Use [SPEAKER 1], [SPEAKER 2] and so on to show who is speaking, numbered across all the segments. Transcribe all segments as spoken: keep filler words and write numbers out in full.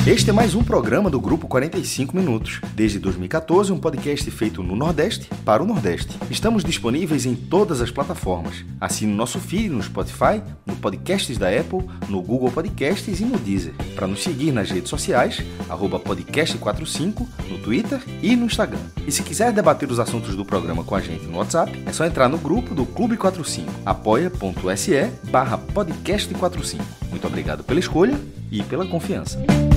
[SPEAKER 1] Este é mais um programa do Grupo quarenta e cinco Minutos. Desde dois mil e quatorze, um podcast feito no Nordeste para o Nordeste. Estamos disponíveis em todas as plataformas. Assine o nosso feed no Spotify, no Podcasts da Apple, no Google Podcasts e no Deezer. Para nos seguir nas redes sociais, arroba podcast quarenta e cinco, no Twitter e no Instagram. E se quiser debater os assuntos do programa com a gente no WhatsApp, é só entrar no grupo do Clube quarenta e cinco, apoia.se barra podcast quarenta e cinco. Muito obrigado pela escolha e pela confiança.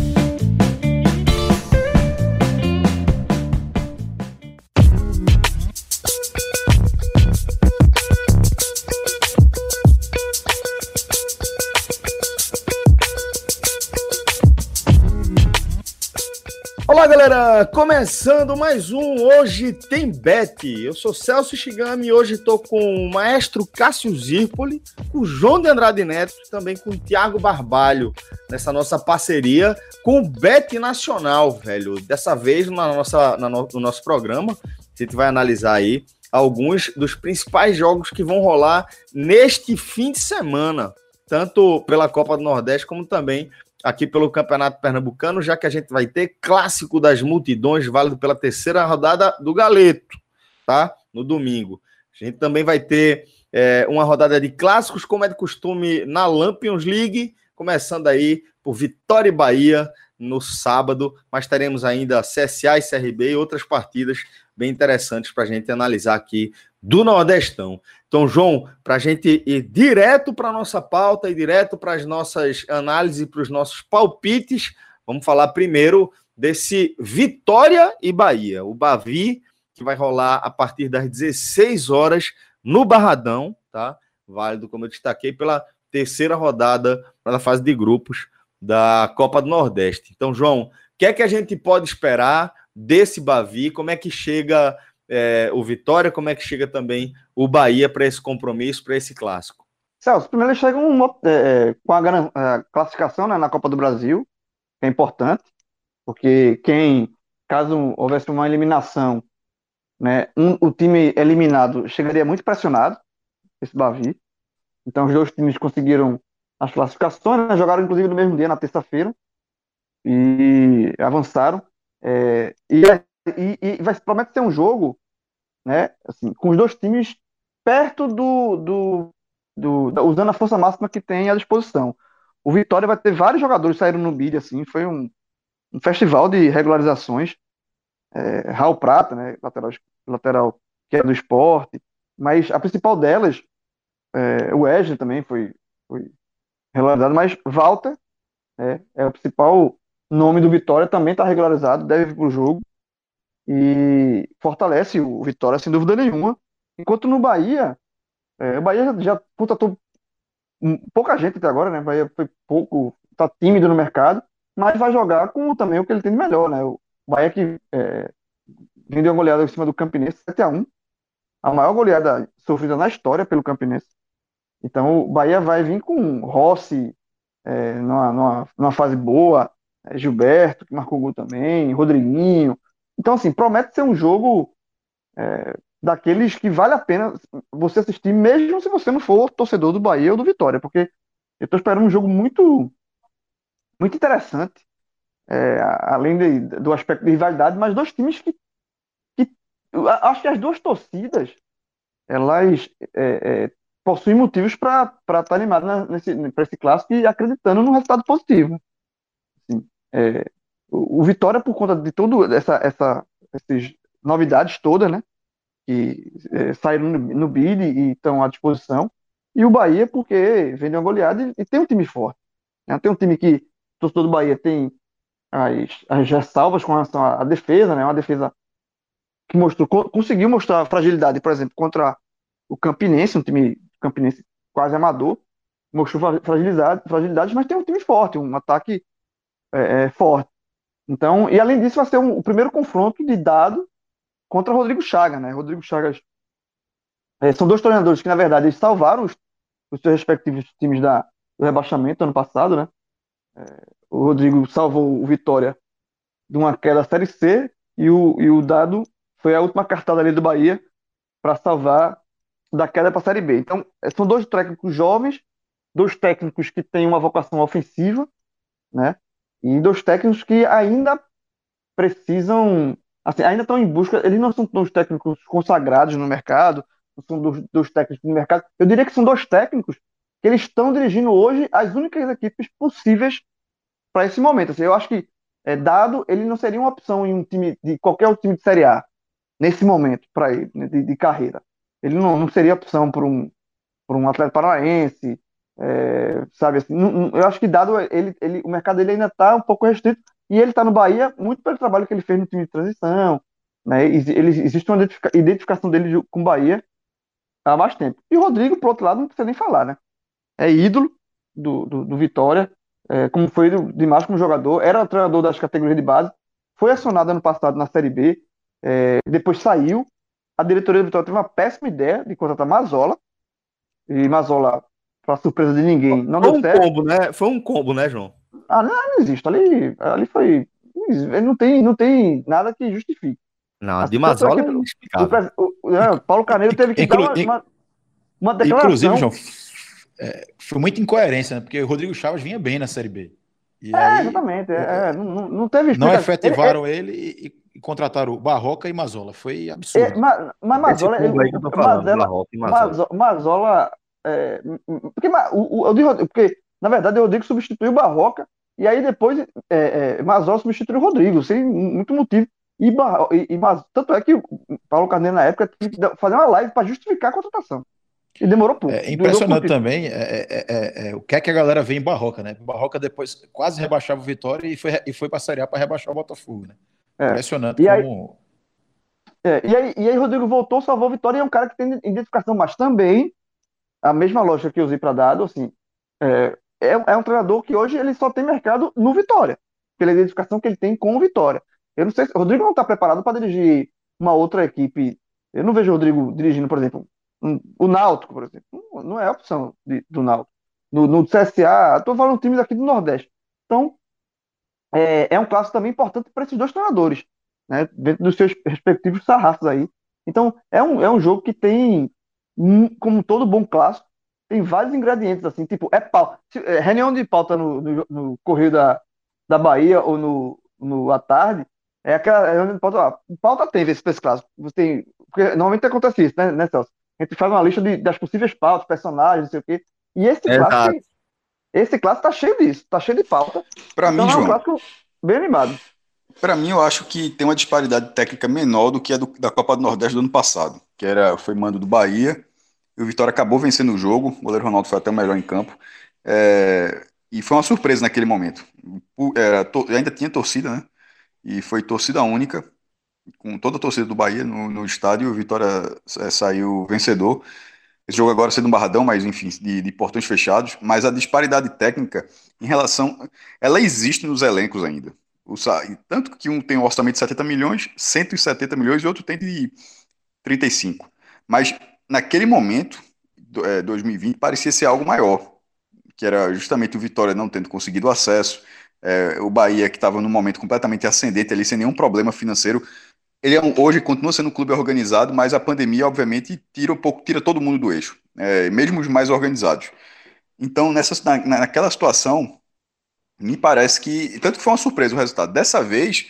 [SPEAKER 1] Olá, galera! Começando mais um Hoje Tem Bet. Eu sou Celso Shigami e hoje estou com o maestro Cássio Zirpoli, com o João de Andrade Neto e também com o Thiago Barbalho, nessa nossa parceria com o Bet Nacional, velho. Dessa vez, na nossa, na no, no nosso programa, a gente vai analisar aí alguns dos principais jogos que vão rolar neste fim de semana, tanto pela Copa do Nordeste como também aqui pelo Campeonato Pernambucano, já que a gente vai ter Clássico das Multidões, válido pela terceira rodada do Galeto, tá? No domingo. A gente também vai ter é, uma rodada de clássicos, como é de costume, na Lampions League, começando aí por Vitória e Bahia no sábado, mas teremos ainda C S A e C R B e outras partidas bem interessantes para a gente analisar aqui do Nordestão. Então, João, para a gente ir direto para a nossa pauta e direto para as nossas análises e para os nossos palpites, vamos falar primeiro desse Vitória e Bahia, o Bavi, que vai rolar a partir das dezesseis horas no Barradão, tá? Válido, como eu destaquei, pela terceira rodada da fase de grupos da Copa do Nordeste. Então, João, o que é que a gente pode esperar desse Bavi? Como é que chega é, o Vitória? Como é que chega também o Bahia para esse compromisso, para esse clássico?
[SPEAKER 2] Celso, primeiro eles chegam é, com a, gran- a classificação, né, na Copa do Brasil, que é importante, porque quem, caso houvesse uma eliminação, né, um- o time eliminado chegaria muito pressionado, esse Bavi. Então os dois times conseguiram as classificações, né, jogaram inclusive no mesmo dia, na terça-feira, e avançaram. É, e, e, e vai, promete ser um jogo, né, assim, com os dois times perto do, do, do da- usando a força máxima que tem à disposição. O Vitória vai ter vários jogadores que saíram no bid, assim, foi um, um festival de regularizações. É, Raul Prata, né, lateral, lateral que é do Sport, mas a principal delas, é, o Wesley também foi, foi regularizado, mas Walter, é, é o principal nome do Vitória, também está regularizado, deve vir para o jogo e fortalece o Vitória sem dúvida nenhuma. Enquanto no Bahia, é, o Bahia já, já contratou um- pouca gente até agora, né? O Bahia foi pouco, tá tímido no mercado, mas vai jogar com também o que ele tem de melhor, né? O Bahia que é, vendeu uma goleada em cima do Campinense sete a um, a maior goleada sofrida na história pelo Campinense. Então o Bahia vai vir com Rossi é, numa, numa, numa fase boa, é, Gilberto, que marcou gol também, Rodriguinho. Então, assim, promete ser um jogo daqueles que vale a pena você assistir, mesmo se você não for torcedor do Bahia ou do Vitória, porque eu estou esperando um jogo muito, muito interessante, é, além de- do aspecto de rivalidade, mas dois times que, que eu acho que as duas torcidas elas é, é, possuem motivos para estar animadas nesse, para esse clássico e acreditando no resultado positivo. Assim, é, o, o Vitória, por conta de tudo essa, essa, essas novidades todas, né? Que é, saíram no, no bid e estão à disposição. E o Bahia, porque vendeu uma goleada e, e tem um time forte, né? Tem um time que, o torcedor do Bahia tem as, as ressalvas com relação à, à defesa, né? Uma defesa que mostrou, co- conseguiu mostrar fragilidade, por exemplo, contra o Campinense, um time Campinense quase amador, mostrou fra- fragilidade, fragilidades, mas tem um time forte, um ataque é, é, forte. Então, e além disso, vai ser um- o primeiro confronto de dado contra o Rodrigo Chagas, né? Rodrigo Chagas é, são dois treinadores que, na verdade, eles salvaram os, os seus respectivos times da, do rebaixamento ano passado, né? O Rodrigo salvou o Vitória de uma queda da Série C e o, e o Dado foi a última cartada ali do Bahia para salvar da queda para a Série B. Então, é, são dois técnicos jovens, dois técnicos que têm uma vocação ofensiva, né? E dois técnicos que ainda precisam, assim, ainda estão em busca, eles não são dois técnicos consagrados no mercado, não são dois, dois técnicos no mercado, eu diria que são dois técnicos que eles estão dirigindo hoje as únicas equipes possíveis para esse momento. Assim, eu acho que, é, Dado, ele não seria uma opção em um time de qualquer outro time de Série A, nesse momento, para ele, né, de, de carreira. Ele não, não seria opção por um, por um Atlético Paranaense, é, sabe assim, não- não- eu acho que Dado, ele, ele, o mercado dele ainda está um pouco restrito, e ele está no Bahia muito pelo trabalho que ele fez no time de transição, né? Exi- Ele, existe uma identifica- identificação dele de- com o Bahia há mais tempo. E o Rodrigo, por outro lado, não precisa nem falar, né? É ídolo do, do, do Vitória, é, como foi do- demais como jogador, era o treinador das categorias de base, foi acionado ano passado na Série B, é, depois saiu. A diretoria do Vitória teve uma péssima ideia de contratar Mazola, e Mazola, para surpresa de ninguém, não
[SPEAKER 1] Foi
[SPEAKER 2] deu
[SPEAKER 1] um
[SPEAKER 2] certo.
[SPEAKER 1] combo, né? Foi um combo, né, João?
[SPEAKER 2] Ah, não, não existe. Ali, ali foi. Ele não tem, não tem nada que justifique.
[SPEAKER 1] Não, a de
[SPEAKER 2] Assim, tanto é que
[SPEAKER 1] Mazola é
[SPEAKER 2] o,
[SPEAKER 1] inexplicável.
[SPEAKER 2] pres- o, o- é,
[SPEAKER 3] Inclu-
[SPEAKER 2] Paulo Carneiro teve que dar
[SPEAKER 3] inclu-
[SPEAKER 2] uma,
[SPEAKER 3] in-
[SPEAKER 2] uma, uma
[SPEAKER 3] Inclusive,
[SPEAKER 2] declaração.
[SPEAKER 3] João, é, foi muita incoerência, né? Porque o Rodrigo Chaves vinha bem na Série B. E
[SPEAKER 2] É,
[SPEAKER 3] aí
[SPEAKER 2] exatamente. É,
[SPEAKER 3] é,
[SPEAKER 2] é, não, não não teve
[SPEAKER 3] não
[SPEAKER 2] explicação. Ele, ele,
[SPEAKER 3] efetivaram ele e, e contrataram o Barroca e Mazola. Foi
[SPEAKER 2] é,
[SPEAKER 3] absurdo.
[SPEAKER 2] Ma- mas
[SPEAKER 1] Esse
[SPEAKER 2] Mazola, ele-
[SPEAKER 1] combo aí
[SPEAKER 2] o,
[SPEAKER 1] que eu tô
[SPEAKER 2] o-
[SPEAKER 1] falando,
[SPEAKER 2] Mazela,
[SPEAKER 1] Barroca e Mazola.
[SPEAKER 2] Mazo- Mazola, é, m- m- porque, Ma- o, o, eu digo Rodrigo, porque, na verdade, o Rodrigo substituiu o Barroca, e aí depois é, é, Mazola substituiu o Rodrigo, sem muito motivo. E, Barro- e, e Maz- tanto é que o Paulo Carneiro, na época, teve que dar- fazer uma live para justificar a contratação. E demorou pouco,
[SPEAKER 3] É
[SPEAKER 2] durou
[SPEAKER 3] impressionante
[SPEAKER 2] pouquíssimo.
[SPEAKER 3] também é, é, é, é, o que é que a galera vê em Barroca, né? Barroca depois quase rebaixava o Vitória e foi, e foi para a Série A para rebaixar o Botafogo, né?
[SPEAKER 2] É.
[SPEAKER 3] Impressionante
[SPEAKER 2] E aí,
[SPEAKER 3] como.
[SPEAKER 2] é, e aí, e aí Rodrigo voltou, salvou a vitória, e é um cara que tem identificação, mas também a mesma lógica que eu usei para Dado, assim, é, é, é um treinador que hoje ele só tem mercado no Vitória, pela identificação que ele tem com o Vitória. Eu não sei se o Rodrigo não está preparado para dirigir uma outra equipe. Eu não vejo o Rodrigo dirigindo, por exemplo, um- o Náutico, por exemplo. Não, não é opção de- do Náutico. No, no C S A, estou falando de times aqui do Nordeste. Então, é, é um clássico também importante para esses dois treinadores, né? Dentro dos seus respectivos sarrafos aí. Então, é um, é um jogo que tem, hum, como todo bom clássico, tem vários ingredientes, assim, tipo, é pau. Se- é, reunião de pauta no, no, no Correio da, da Bahia ou no, no à tarde, é aquela reunião de pauta, ó, pauta tem esse, esse clássico. Você tem, porque normalmente acontece isso, né, né, Celso? A gente faz uma lista de, das possíveis pautas, personagens, não sei o quê. E esse clássico,
[SPEAKER 1] Exato.
[SPEAKER 2] tem- esse clássico tá cheio disso, tá cheio de pauta.
[SPEAKER 4] Para
[SPEAKER 2] Então
[SPEAKER 4] mim,
[SPEAKER 2] é um
[SPEAKER 4] João,
[SPEAKER 2] clássico bem animado.
[SPEAKER 4] para mim eu acho que tem uma disparidade técnica menor do que a do- da Copa do Nordeste do ano passado, que era foi mando do Bahia, e o Vitória acabou vencendo o jogo, o goleiro Ronaldo foi até o melhor em campo, é, e foi uma surpresa naquele momento. O- era to- ainda tinha torcida, né? E foi torcida única, com toda a torcida do Bahia no, no estádio, e o Vitória é, saiu vencedor. Esse jogo agora sendo um barradão, mas enfim, de, de portões fechados. Mas a disparidade técnica em relação. Ela existe nos elencos ainda. O, Sa- tanto que um tem um orçamento de setenta milhões, cento e setenta milhões, e outro tem de trinta e cinco. Mas naquele momento, do- é, dois mil e vinte, parecia ser algo maior, que era justamente o Vitória não tendo conseguido acesso, é, o Bahia que estava num momento completamente ascendente ali, sem nenhum problema financeiro. Ele é um- hoje continua sendo um clube organizado, mas a pandemia, obviamente, tira um pouco, tira todo mundo do eixo, é, mesmo os mais organizados. Então, nessa, na, naquela situação, me parece que. Tanto que foi uma surpresa o resultado. Dessa vez,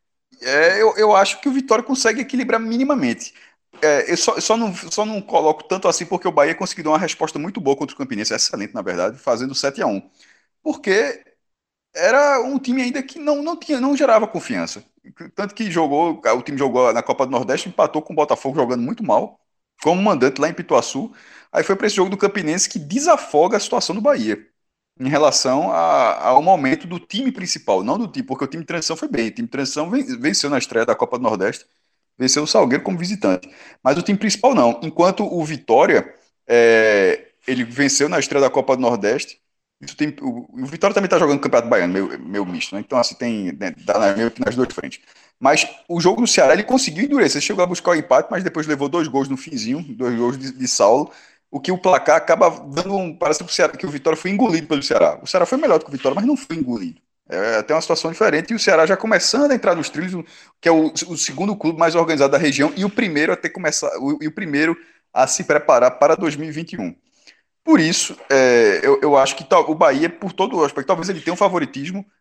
[SPEAKER 4] é, eu, eu acho que o Vitória consegue equilibrar minimamente. É, eu só, eu só, não, só não coloco tanto assim porque o Bahia conseguiu dar uma resposta muito boa contra o Campinense, excelente, na verdade, fazendo sete a um. Porque era um time ainda que não, não tinha, não gerava confiança. Tanto que jogou, o time jogou na Copa do Nordeste, empatou com o Botafogo jogando muito mal, como mandante lá em Pituaçu. Aí foi para esse jogo do Campinense que desafoga a situação do Bahia em relação a- ao momento do time principal, não do time, porque o time de transição foi bem. O time de transição ven- venceu na estreia da Copa do Nordeste, venceu o Salgueiro como visitante. Mas o time principal não. Enquanto o Vitória, é, ele venceu na estreia da Copa do Nordeste. Isso tem, o, o Vitória também está jogando o Campeonato Baiano, meio, meio misto, né? Então, assim, tem, né, dá na- meio que nas duas frentes. Mas o jogo do Ceará, ele conseguiu endurecer, chegou a buscar o empate, mas depois levou dois gols no finzinho, dois gols de, de Saulo, o que o placar acaba dando um. Parece que o, Ceará, que o Vitória foi engolido pelo Ceará. O Ceará foi melhor do que o Vitória, mas não foi engolido. É até uma situação diferente, e o Ceará já começando a entrar nos trilhos, que é o, o segundo clube mais organizado da região, e o primeiro a ter começado, o, e o primeiro a se preparar para dois mil e vinte e um. Por isso, é, eu, eu acho que tal- o Bahia, por todo o aspecto, talvez ele tenha um favoritismo,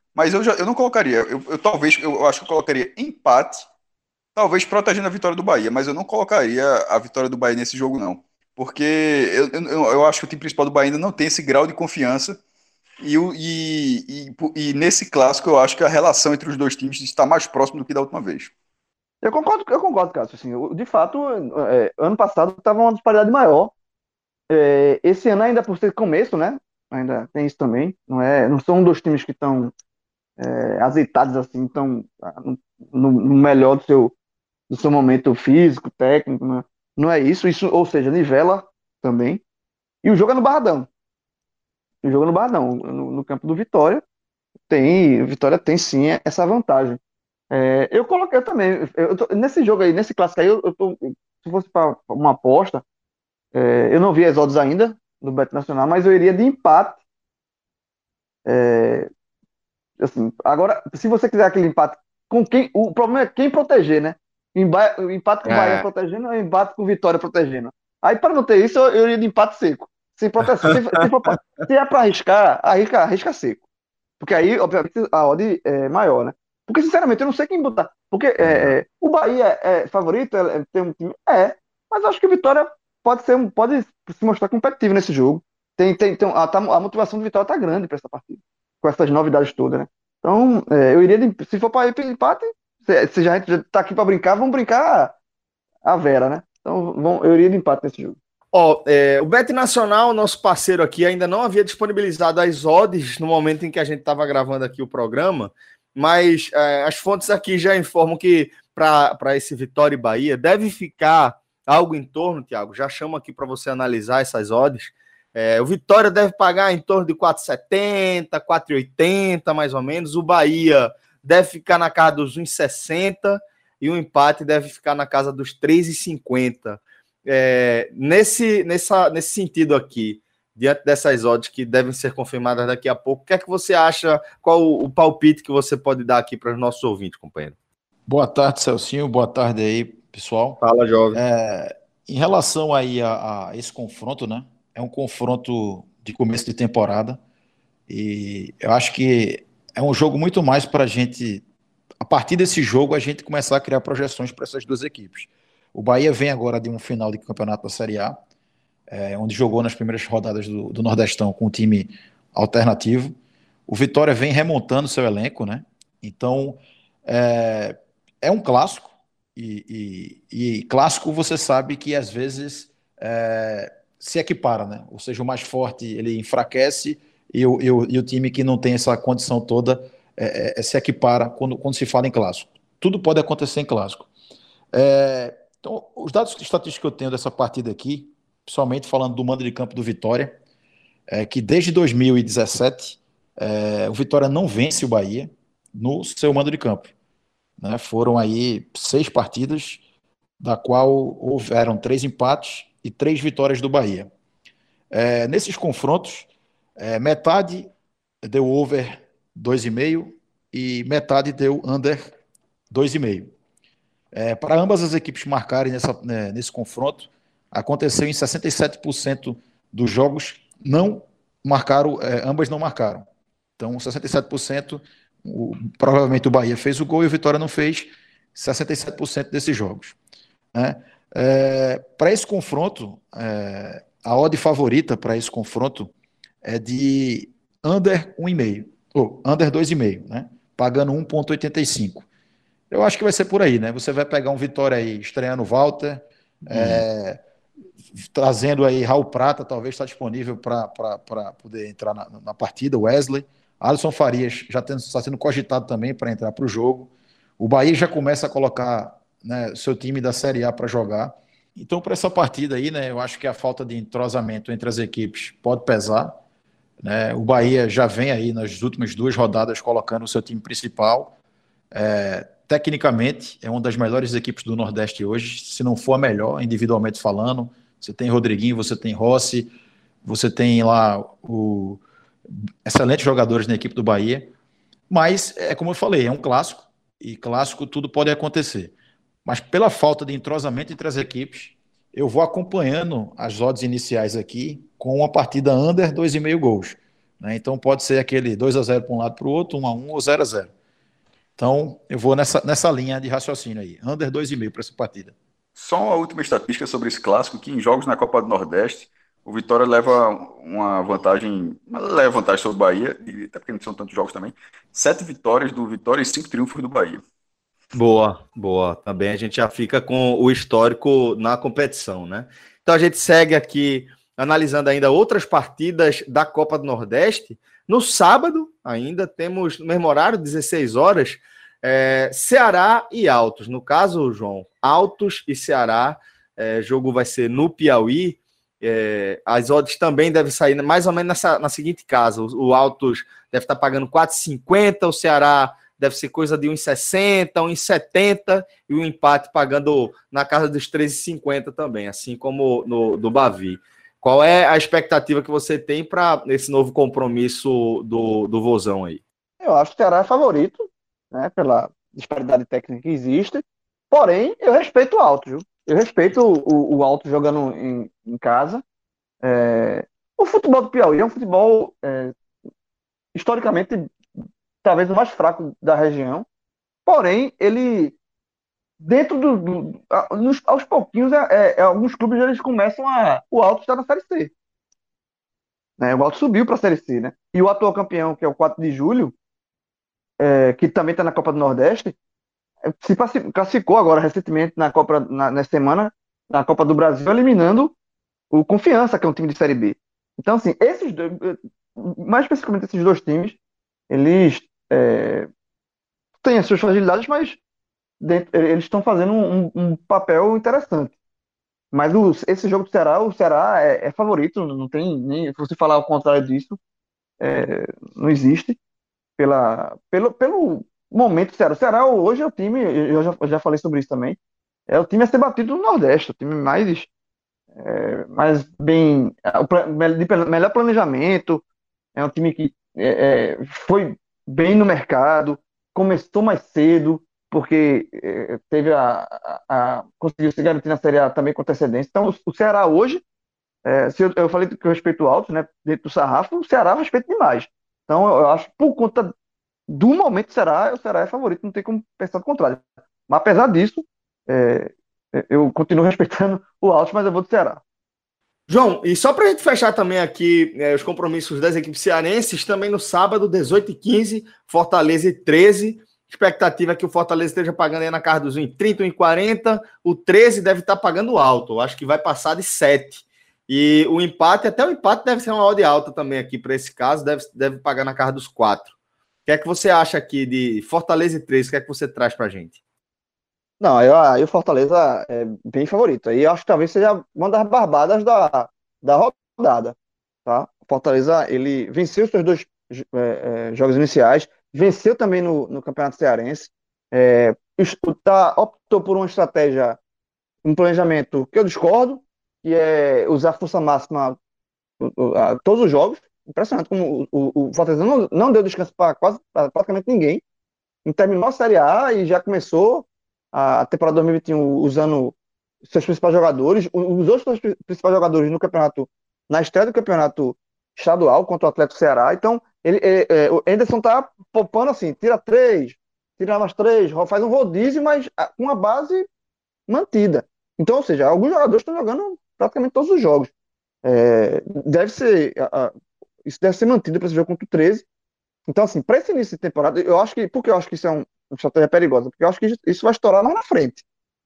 [SPEAKER 4] Mas eu, já, eu não colocaria, eu, eu talvez, eu acho que eu colocaria empate, talvez protegendo a vitória do Bahia, mas eu não colocaria a vitória do Bahia nesse jogo, não. Porque eu, eu, eu acho que o time principal do Bahia ainda não tem esse grau de confiança. E, o- e, e, e nesse clássico eu acho que a relação entre os dois times está mais próxima do que da última vez.
[SPEAKER 2] Eu concordo, eu concordo, Cássio. Assim, eu- de fato, é, ano passado estava uma disparidade maior. É, esse ano, ainda por ser começo, né? Ainda tem isso também. Não é, não são dois times que estão é, azeitados assim, estão no, no melhor do seu, do seu momento físico, técnico. Né? Não é isso. Isso, ou seja, nivela também. E o jogo é no Barradão. O jogo é no Barradão, no, no campo do Vitória. Tem, Vitória tem sim essa vantagem. É, eu coloquei também, eu tô- nesse jogo aí, nesse clássico aí, eu, eu tô, se fosse para uma aposta, é, eu não vi as odds ainda do Beto Nacional, mas eu iria de empate. Assim, agora, se você quiser aquele empate com quem, o problema é quem proteger, né? Emba- O empate com o Bahia
[SPEAKER 1] É.
[SPEAKER 2] protegendo, ou empate com o Vitória protegendo. Aí, para não ter isso, eu, eu iria de empate seco, sem proteção. Se, se for pra, se é para arriscar, arrisca, arrisca seco. Porque aí, obviamente, a odd é maior, né? Porque, sinceramente, eu não sei quem botar. Porque é,
[SPEAKER 1] É.
[SPEAKER 2] é, o Bahia é favorito, é, é, tem um time. É, mas eu acho que o Vitória pode ser um, pode se mostrar competitivo nesse jogo. Tem, tem, tem, a, tá- a motivação do Vitória tá grande para essa partida, com essas novidades todas, né? Então, é, eu iria, de- se for para ir para empate, se, se já a gente já tá aqui para brincar, vamos brincar a Vera, né? Então, vamos, eu iria de empate nesse jogo.
[SPEAKER 1] Ó, é, o Bet Nacional, nosso parceiro aqui, ainda não havia disponibilizado as odds no momento em que a gente estava gravando aqui o programa, mas é, as fontes aqui já informam que para esse Vitória e Bahia deve ficar algo em torno, Thiago, já chamo aqui para você analisar essas odds. É, o Vitória deve pagar em torno de quatro e setenta, quatro e oitenta, mais ou menos. O Bahia deve ficar na casa dos um e sessenta e o empate deve ficar na casa dos três e cinquenta. É, nesse, nessa, nesse sentido aqui, diante dessas odds que devem ser confirmadas daqui a pouco, o que é que você acha? Qual o, o palpite que você pode dar aqui para os nossos ouvintes, companheiro?
[SPEAKER 3] Boa tarde, Celcinho. Boa tarde aí, pessoal.
[SPEAKER 1] Fala, jovem.
[SPEAKER 3] É, em relação aí a, a esse confronto, né? É um confronto de começo de temporada e eu acho que é um jogo muito mais para a gente, a partir desse jogo, a gente começar a criar projeções para essas duas equipes. O Bahia vem agora de um final de campeonato da Série A, é, onde jogou nas primeiras rodadas do, do Nordestão com um time alternativo. O Vitória vem remontando seu elenco, né? Então, é, é um clássico, e, e, e clássico você sabe que às vezes é, se equipara, né? Ou seja, o mais forte ele enfraquece e o, e o, e o time que não tem essa condição toda é, é, se equipara quando, quando se fala em clássico. Tudo pode acontecer em clássico. É, então, os dados estatísticos que eu tenho dessa partida aqui, principalmente falando do mando de campo do Vitória, é que desde dois mil e dezessete é, o Vitória não vence o Bahia no seu mando de campo. Né? Foram aí seis partidas, da qual houveram três empates e três vitórias do Bahia. É, nesses confrontos, é, metade deu over dois e meio e metade deu under dois e meio. É, para ambas as equipes marcarem nessa, né, nesse confronto, aconteceu em sessenta e sete por cento dos jogos, não marcaram, é, ambas não marcaram. Então, sessenta e sete por cento, o, provavelmente o Bahia fez o gol e o Vitória não fez, sessenta e sete por cento desses jogos. Né? É, para esse confronto, é, a odd favorita para esse confronto é de under um e meio, ou under dois e meio, né? Pagando um vírgula oitenta e cinco. Eu acho que vai ser por aí, né? Você vai pegar um Vitória aí estreando o Walter,
[SPEAKER 1] Hum.
[SPEAKER 3] é, trazendo aí Raul Prata, talvez está disponível para poder entrar na, na partida, Wesley. Alisson Farias já está sendo cogitado também para entrar para o jogo. O Bahia já começa a colocar, né, seu time da Série A para jogar. Então, para essa partida aí, né, eu acho que a falta de entrosamento entre as equipes pode pesar. Né? O Bahia já vem aí nas últimas duas rodadas colocando o seu time principal. É, tecnicamente, é uma das melhores equipes do Nordeste hoje, se não for a melhor, individualmente falando. Você tem Rodriguinho, você tem Rossi, você tem lá o excelentes jogadores na equipe do Bahia. Mas, é como eu falei, é um clássico, e clássico tudo pode acontecer. Mas pela falta de entrosamento entre as equipes, eu vou acompanhando as odds iniciais aqui com uma partida under dois e meio gols. né? Então pode ser aquele dois a zero para um lado para o outro, um a um ou zero a zero. Então eu vou nessa, nessa linha de raciocínio aí. Under dois e meio para essa partida.
[SPEAKER 4] Só uma última estatística sobre esse clássico, que em jogos na Copa do Nordeste, o Vitória leva uma vantagem, leva vantagem sobre o Bahia, e até porque não são tantos jogos também, sete vitórias do Vitória e cinco triunfos do Bahia.
[SPEAKER 1] Boa, boa. Também a gente já fica com o histórico na competição, né? Então a gente segue aqui analisando ainda outras partidas da Copa do Nordeste. No sábado, ainda, temos no mesmo horário, dezesseis horas, é, Ceará e Altos. No caso, João, Altos e Ceará, é, jogo vai ser no Piauí. É, as odds também devem sair mais ou menos nessa, na seguinte casa. O, o Altos deve estar pagando quatro e cinquenta, o Ceará deve ser coisa de um e sessenta, um e setenta, e o empate pagando na casa dos três e cinquenta também, assim como no do Bavi. Qual é a expectativa que você tem para esse novo compromisso do, do Vozão aí?
[SPEAKER 2] Eu acho que o Ceará é favorito, né, pela disparidade técnica que existe. Porém, eu respeito o Alto, viu? Eu respeito o, o Alto jogando em, em casa. É, o futebol do Piauí é um futebol é, historicamente talvez o mais fraco da região. Porém, ele dentro do, do a, nos, aos pouquinhos, é, é, alguns clubes eles começam a o Alto está na Série C, né? O Alto subiu para a Série C, né? E o atual campeão, que é o quatro de julho, é, que também está na Copa do Nordeste, é, se passi- classificou agora recentemente na Copa na, nessa semana na Copa do Brasil, eliminando o Confiança, que é um time de Série B. Então, assim, esses dois, mais especificamente esses dois times, eles é, têm as suas fragilidades, mas dentro- eles estão fazendo um, um- um papel interessante. Mas o- esse jogo do Ceará, o Ceará é, é favorito, não tem nem. Se você falar o contrário disso, é, não existe. Pela, pelo, pelo momento do Ceará. O Ceará hoje é o time, eu já, eu já falei sobre isso também, é o time a ser batido no Nordeste, o time mais, é, mais bem. O pla- de melhor planejamento, é um time que é, é, foi bem no mercado, começou mais cedo, porque é, teve a, a, a- conseguiu se garantir na Série A também com antecedência. Então, o, o Ceará hoje, é, se eu, eu falei que eu respeito alto, né, dentro do sarrafo, o Ceará eu respeito demais. Então, eu, eu acho que por conta do momento do Ceará, o Ceará é favorito, não tem como pensar do contrário. Mas apesar disso, é, eu continuo respeitando o Alto, mas eu vou do Ceará.
[SPEAKER 1] João, e só para a gente fechar também aqui é, os compromissos das equipes cearenses, também no sábado, dezoito e quinze, Fortaleza e treze. Expectativa é que o Fortaleza esteja pagando aí na casa dos um e trinta, um e quarenta. O treze deve estar pagando alto. Eu acho que vai passar de sete. E o empate, até o empate deve ser uma odd alta também aqui para esse caso, deve, deve pagar na casa dos quatro. O que é que você acha aqui de Fortaleza e treze? O que é que você traz para a gente?
[SPEAKER 2] Não, aí, aí o Fortaleza é bem favorito. Aí eu acho que talvez seja uma das barbadas da, da rodada, tá? O Fortaleza, ele venceu os seus dois é, é, jogos iniciais, venceu também no, no Campeonato Cearense, é, es- tá, optou por uma estratégia, um planejamento que eu discordo, que é usar força máxima o- o- a- todos os jogos. Impressionante como o, o, o Fortaleza não, não deu descanso para quase pra praticamente ninguém. E terminou a Série A e já começou a temporada dois mil e vinte e um usando seus principais jogadores, os outros principais jogadores no campeonato, na estreia do campeonato estadual contra o Atlético Ceará. Então, ele, ele- é, o Anderson tá poupando assim, tira três, tira mais três, faz um rodízio, mas ah, com uma base mantida. Então, ou seja, alguns jogadores estão jogando praticamente todos os jogos. É, deve ser, a- a- isso deve ser mantido para esse jogo contra o treze. Então, assim, para esse início de temporada, eu acho que, por que eu acho que isso é um, uma estratégia perigosa? Porque eu acho que isso vai estourar mais na frente.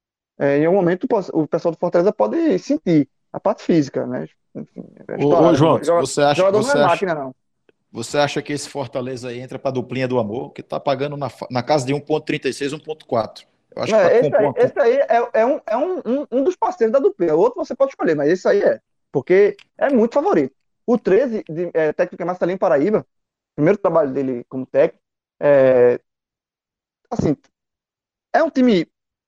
[SPEAKER 2] É, em algum momento, o pessoal do Fortaleza pode sentir a parte física, né? Enfim, é
[SPEAKER 3] Ô, ô
[SPEAKER 2] estourar.
[SPEAKER 3] João,
[SPEAKER 2] Jogador,
[SPEAKER 3] você acha,
[SPEAKER 2] jogador não é
[SPEAKER 3] você acha,
[SPEAKER 2] máquina, não.
[SPEAKER 3] você acha que esse Fortaleza aí entra para a duplinha do amor, que está pagando na, fa- na casa de um ponto trinta e seis, um ponto quatro? Eu acho que para
[SPEAKER 2] É, esse
[SPEAKER 3] compor
[SPEAKER 2] aí,
[SPEAKER 3] uma. com-
[SPEAKER 2] esse aí é, é um, é um, um, um dos parceiros da dupla. O outro você pode escolher, mas esse aí é. Porque é muito favorito. O treze, de, é, técnico é Marcelinho Paraíba, primeiro trabalho dele como técnico, é, assim, é um time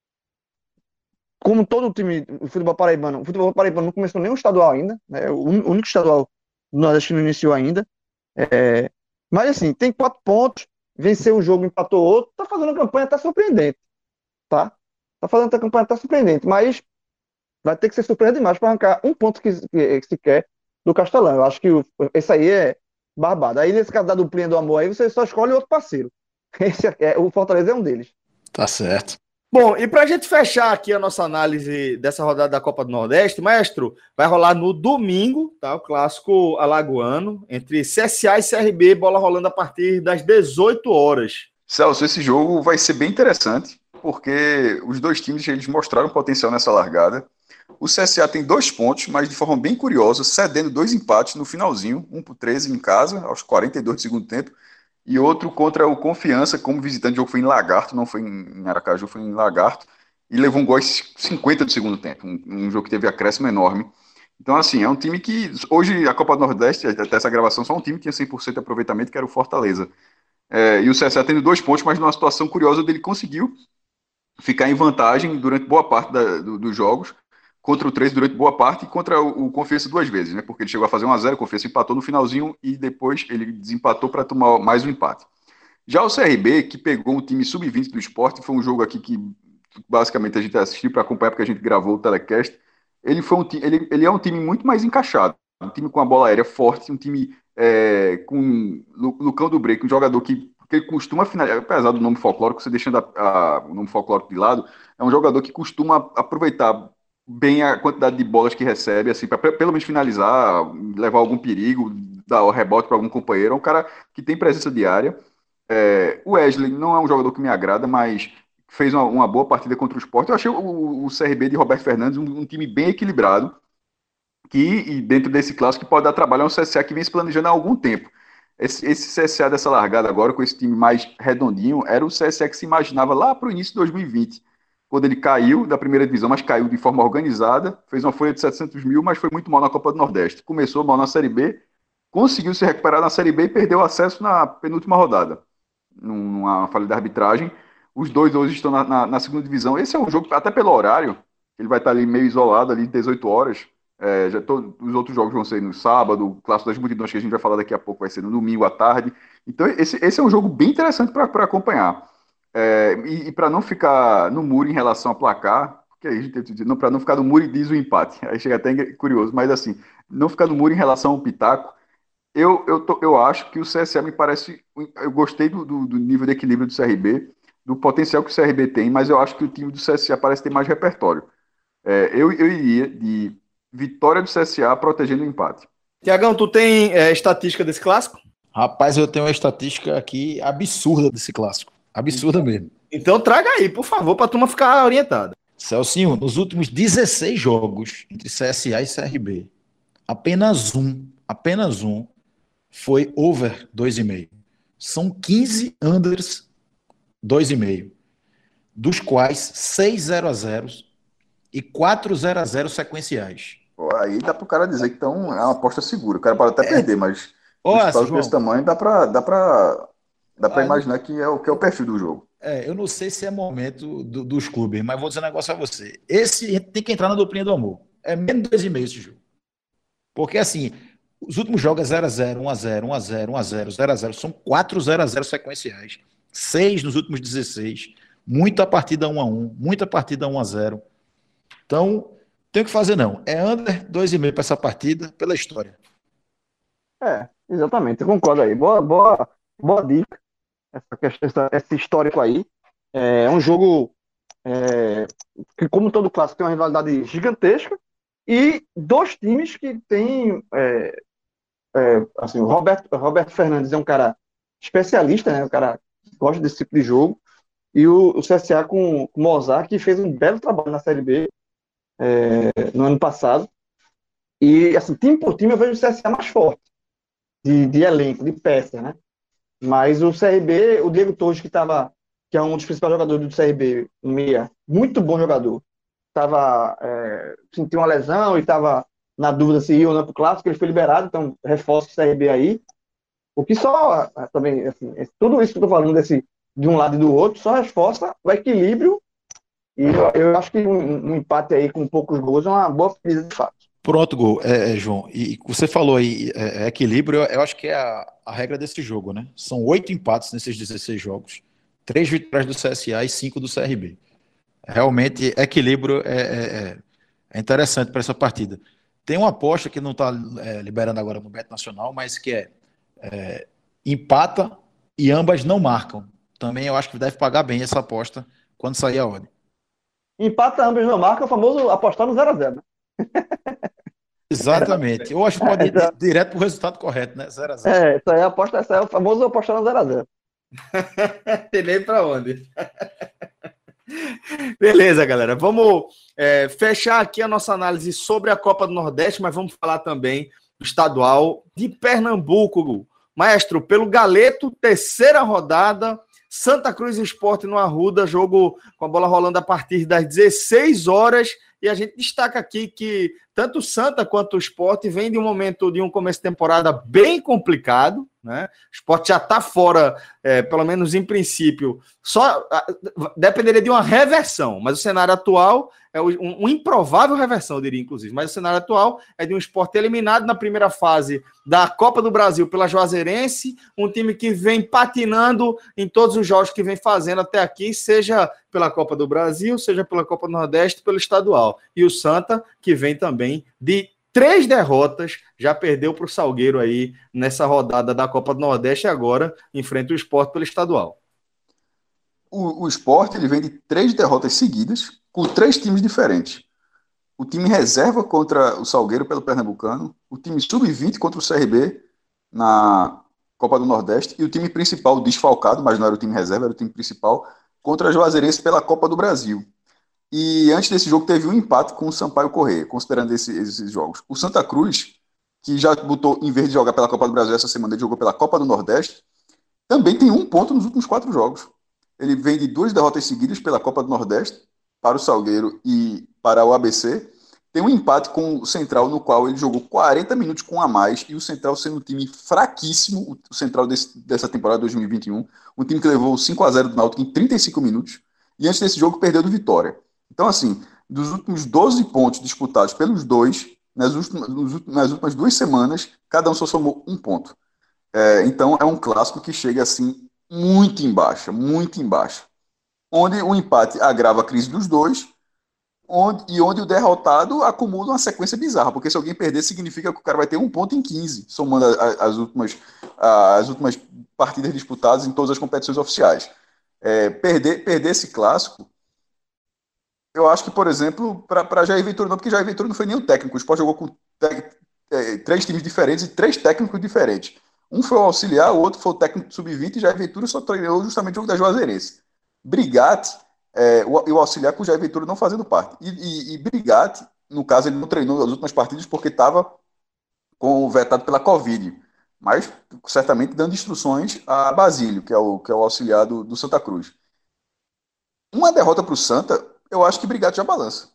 [SPEAKER 2] como todo time do futebol paraibano. O futebol paraibano não começou nem o estadual ainda, né? O ún- o único estadual do Nordeste que não iniciou ainda. É, mas assim, tem quatro pontos, venceu um jogo, empatou outro, tá fazendo uma campanha até surpreendente, tá? Tá fazendo uma campanha até surpreendente, mas vai ter que ser surpreendente demais para arrancar um ponto que, que, que se quer do Castelão. Eu acho que o, esse aí é, barbado. Aí, nesse caso da duplinha do amor aí, você só escolhe outro parceiro. Esse é, o Fortaleza é um deles.
[SPEAKER 3] Tá certo.
[SPEAKER 1] Bom, e para a gente fechar aqui a nossa análise dessa rodada da Copa do Nordeste, maestro, vai rolar no domingo, tá? O clássico alagoano, entre C S A e C R B, bola rolando a partir das dezoito horas.
[SPEAKER 4] Celso, esse jogo vai ser bem interessante, porque os dois times eles mostraram potencial nessa largada. O C S A tem dois pontos, mas de forma bem curiosa, cedendo dois empates no finalzinho, um por treze em casa, aos quarenta e dois do segundo tempo, e outro contra o Confiança, como visitante. O jogo foi em Lagarto, não foi em Aracaju, foi em Lagarto, e levou um gol aos cinquenta do segundo tempo, um, um jogo que teve acréscimo enorme. Então, assim, é um time que, hoje, a Copa do Nordeste, até essa gravação, só um time tinha cem por cento de aproveitamento, que era o Fortaleza. É, e o C S A tendo dois pontos, mas numa situação curiosa dele conseguiu ficar em vantagem durante boa parte da, do, dos jogos, contra o treze durante boa parte e contra o, o Confiança duas vezes, né? Porque ele chegou a fazer um a zero, o Confiança empatou no finalzinho e depois ele desempatou para tomar mais um empate. Já o C R B, que pegou um time sub vinte do Sport, foi um jogo aqui que basicamente a gente assistiu para acompanhar, porque a gente gravou o telecast. Ele, foi um, ele, ele é um time muito mais encaixado, um time com a bola aérea forte, um time é, com Lucão do Break, um jogador que, que ele costuma finalizar, apesar do nome folclórico, você deixando a, a, o nome folclórico de lado, é um jogador que costuma aproveitar bem a quantidade de bolas que recebe, assim, para pelo menos finalizar, levar algum perigo, dar o rebote para algum companheiro. É um cara que tem presença diária. É, o Wesley não é um jogador que me agrada, mas fez uma, uma boa partida contra o Sport. Eu achei o, o C R B de Roberto Fernandes um, um time bem equilibrado, que e dentro desse clássico que pode dar trabalho a um C S A que vem se planejando há algum tempo. Esse, esse C S A dessa largada agora, com esse time mais redondinho, era o C S A que se imaginava lá para o início de dois mil e vinte, quando ele caiu da primeira divisão, mas caiu de forma organizada, fez uma folha de setecentos mil, mas foi muito mal na Copa do Nordeste. Começou mal na Série B, conseguiu se recuperar na Série B e perdeu acesso na penúltima rodada, numa falha de arbitragem. Os dois hoje estão na, na, na segunda divisão. Esse é um jogo, até pelo horário, ele vai estar ali meio isolado, ali dezoito horas. É, já tô, os outros jogos vão ser no sábado, o Clássico das Multidões, que a gente vai falar daqui a pouco, vai ser no domingo à tarde. Então, esse, esse é um jogo bem interessante para acompanhar. É, e e para não ficar no muro em relação a placar, porque aí a gente não, para não ficar no muro e diz o empate, aí chega até curioso, mas assim, não ficar no muro em relação ao Pitaco, eu, eu, tô, eu acho que o C S A me parece. Eu gostei do, do, do nível de equilíbrio do C R B, do potencial que o C R B tem, mas eu acho que o time do C S A parece ter mais repertório. É, eu, eu iria de vitória do C S A protegendo o empate.
[SPEAKER 1] Tiagão, tu tem é, estatística desse clássico?
[SPEAKER 3] Rapaz, eu tenho uma estatística aqui absurda desse clássico. Absurda mesmo.
[SPEAKER 1] Então traga aí, por favor, para a turma ficar orientada.
[SPEAKER 3] Celcinho, nos últimos dezesseis jogos entre C S A e C R B, apenas um, apenas um foi over dois vírgula cinco. São quinze unders dois vírgula cinco, dos quais seis zero a zero e quatro zero a zero sequenciais.
[SPEAKER 4] Pô, aí dá pro cara dizer que então é uma aposta segura. O cara pode até é. perder, mas
[SPEAKER 3] Olha,
[SPEAKER 4] os desse tamanho dá pra, dá pra, dá pra ah, imaginar que é, o, que é o perfil do jogo.
[SPEAKER 3] É, eu não sei se é momento do, dos clubes, mas vou dizer um negócio a você. Esse tem que entrar na duplinha do amor. É menos dois vírgula cinco esse jogo. Porque assim, os últimos jogos é zero a zero, um a zero, um a zero, um a zero, zero a zero. São quatro zero a zero sequenciais. seis nos últimos dezesseis. Muita partida um a um. Muita partida um a zero. Então, tem o que fazer não. É under dois vírgula cinco para essa partida, pela história.
[SPEAKER 2] É, exatamente. Eu concordo aí. Boa, boa, boa dica. Essa, essa, esse histórico aí. É um jogo é, que, como todo clássico, tem uma rivalidade gigantesca. E dois times que têm... É, é, assim, o Roberto, Roberto Fernandes é um cara especialista, né? Um cara que gosta desse tipo de jogo. E o, o C S A com o Mozart, que fez um belo trabalho na Série B é, no ano passado. E, assim, time por time, eu vejo o C S A mais forte. De, de elenco, de peça, né? Mas o C R B, o Diego Torres, que, tava, que é um dos principais jogadores do C R B, um meia, muito bom jogador, tava, é, sentiu uma lesão e estava na dúvida se ia ou não para o Clássico, ele foi liberado, então reforça o C R B aí. O que só, também, assim, tudo isso que eu estou falando desse, de um lado e do outro, só reforça o equilíbrio, e eu, eu acho que um, um empate aí com poucos gols é uma boa pedida de fato.
[SPEAKER 3] Pronto, Gol. É, é, João, e você falou aí, é, é equilíbrio, eu, eu acho que é a, a regra desse jogo, né? São oito empates nesses dezesseis jogos, três vitórias do C S A e cinco do C R B. Realmente, equilíbrio é, é, é interessante para essa partida. Tem uma aposta que não está é, liberando agora no Beto Nacional, mas que é empata e ambas não marcam. Também eu acho que deve pagar bem essa aposta quando sair a odd.
[SPEAKER 2] Empata ambos não marca, o famoso apostar no zero a zero, né?
[SPEAKER 3] Exatamente. Eu acho que pode ir di- direto para o resultado correto, né? zero a zero.
[SPEAKER 2] É, isso aí é aposta, isso aí é o famoso apostar no zero a zero.
[SPEAKER 1] Tem nem pra onde. Beleza, galera. Vamos é, fechar aqui a nossa análise sobre a Copa do Nordeste, mas vamos falar também do estadual de Pernambuco. Maestro, pelo Galeto, terceira rodada, Santa Cruz Sport no Arruda, jogo com a bola rolando a partir das dezesseis horas, e a gente destaca aqui que tanto o Santa quanto o Sport vem de um momento, de um começo de temporada bem complicado, né? O Sport já está fora, é, pelo menos em princípio, só dependeria de uma reversão, mas o cenário atual é um, um improvável reversão, eu diria, inclusive, mas o cenário atual é de um Sport eliminado na primeira fase da Copa do Brasil pela Juazeirense, um time que vem patinando em todos os jogos que vem fazendo até aqui, seja pela Copa do Brasil, seja pela Copa do Nordeste, pelo estadual. E o Santa, que vem também de três derrotas, já perdeu para o Salgueiro aí nessa rodada da Copa do Nordeste e agora enfrenta o Sport pelo estadual.
[SPEAKER 4] O, o Sport ele vem de três derrotas seguidas com três times diferentes. O time reserva contra o Salgueiro pelo Pernambucano, o time sub vinte contra o C R B na Copa do Nordeste e o time principal desfalcado, mas não era o time reserva, era o time principal, contra a Juazeirense pela Copa do Brasil. E antes desse jogo teve um empate com o Sampaio Corrêa, considerando esse, esses jogos. O Santa Cruz, que já botou, em vez de jogar pela Copa do Brasil essa semana, ele jogou pela Copa do Nordeste, também tem um ponto nos últimos quatro jogos. Ele vem de duas derrotas seguidas pela Copa do Nordeste, para o Salgueiro e para o A B C. Tem um empate com o Central, no qual ele jogou quarenta minutos com a mais, e o Central sendo um time fraquíssimo, o Central desse, dessa temporada dois mil e vinte e um, um time que levou cinco a zero do Náutico em trinta e cinco minutos, e antes desse jogo perdeu do Vitória. Então, assim, dos últimos doze pontos disputados pelos dois, nas últimas, nas últimas duas semanas, cada um só somou um ponto. É, então, é um clássico que chega, assim, muito embaixo, muito embaixo. Onde o empate agrava a crise dos dois, onde, e onde o derrotado acumula uma sequência bizarra, porque se alguém perder, significa que o cara vai ter um ponto em quinze, somando a, a, as, últimas, a, as últimas partidas disputadas em todas as competições oficiais. É, perder, perder esse clássico, eu acho que, por exemplo, para Jair Ventura não, porque Jair Ventura não foi nem o técnico. O Sport jogou com te, é, três times diferentes e três técnicos diferentes. Um foi o auxiliar, o outro foi o técnico sub vinte, e Jair Ventura só treinou justamente o jogo da Juazeirense. Brigatti, é, o, o auxiliar com o Jair Ventura não fazendo parte. E, e, e Brigatti, no caso, ele não treinou as últimas partidas porque estava com vetado pela Covid. Mas certamente dando instruções a Basílio, que é o, que é o auxiliar do, do Santa Cruz. Uma derrota para o Santa, eu acho que Brigatti já balança.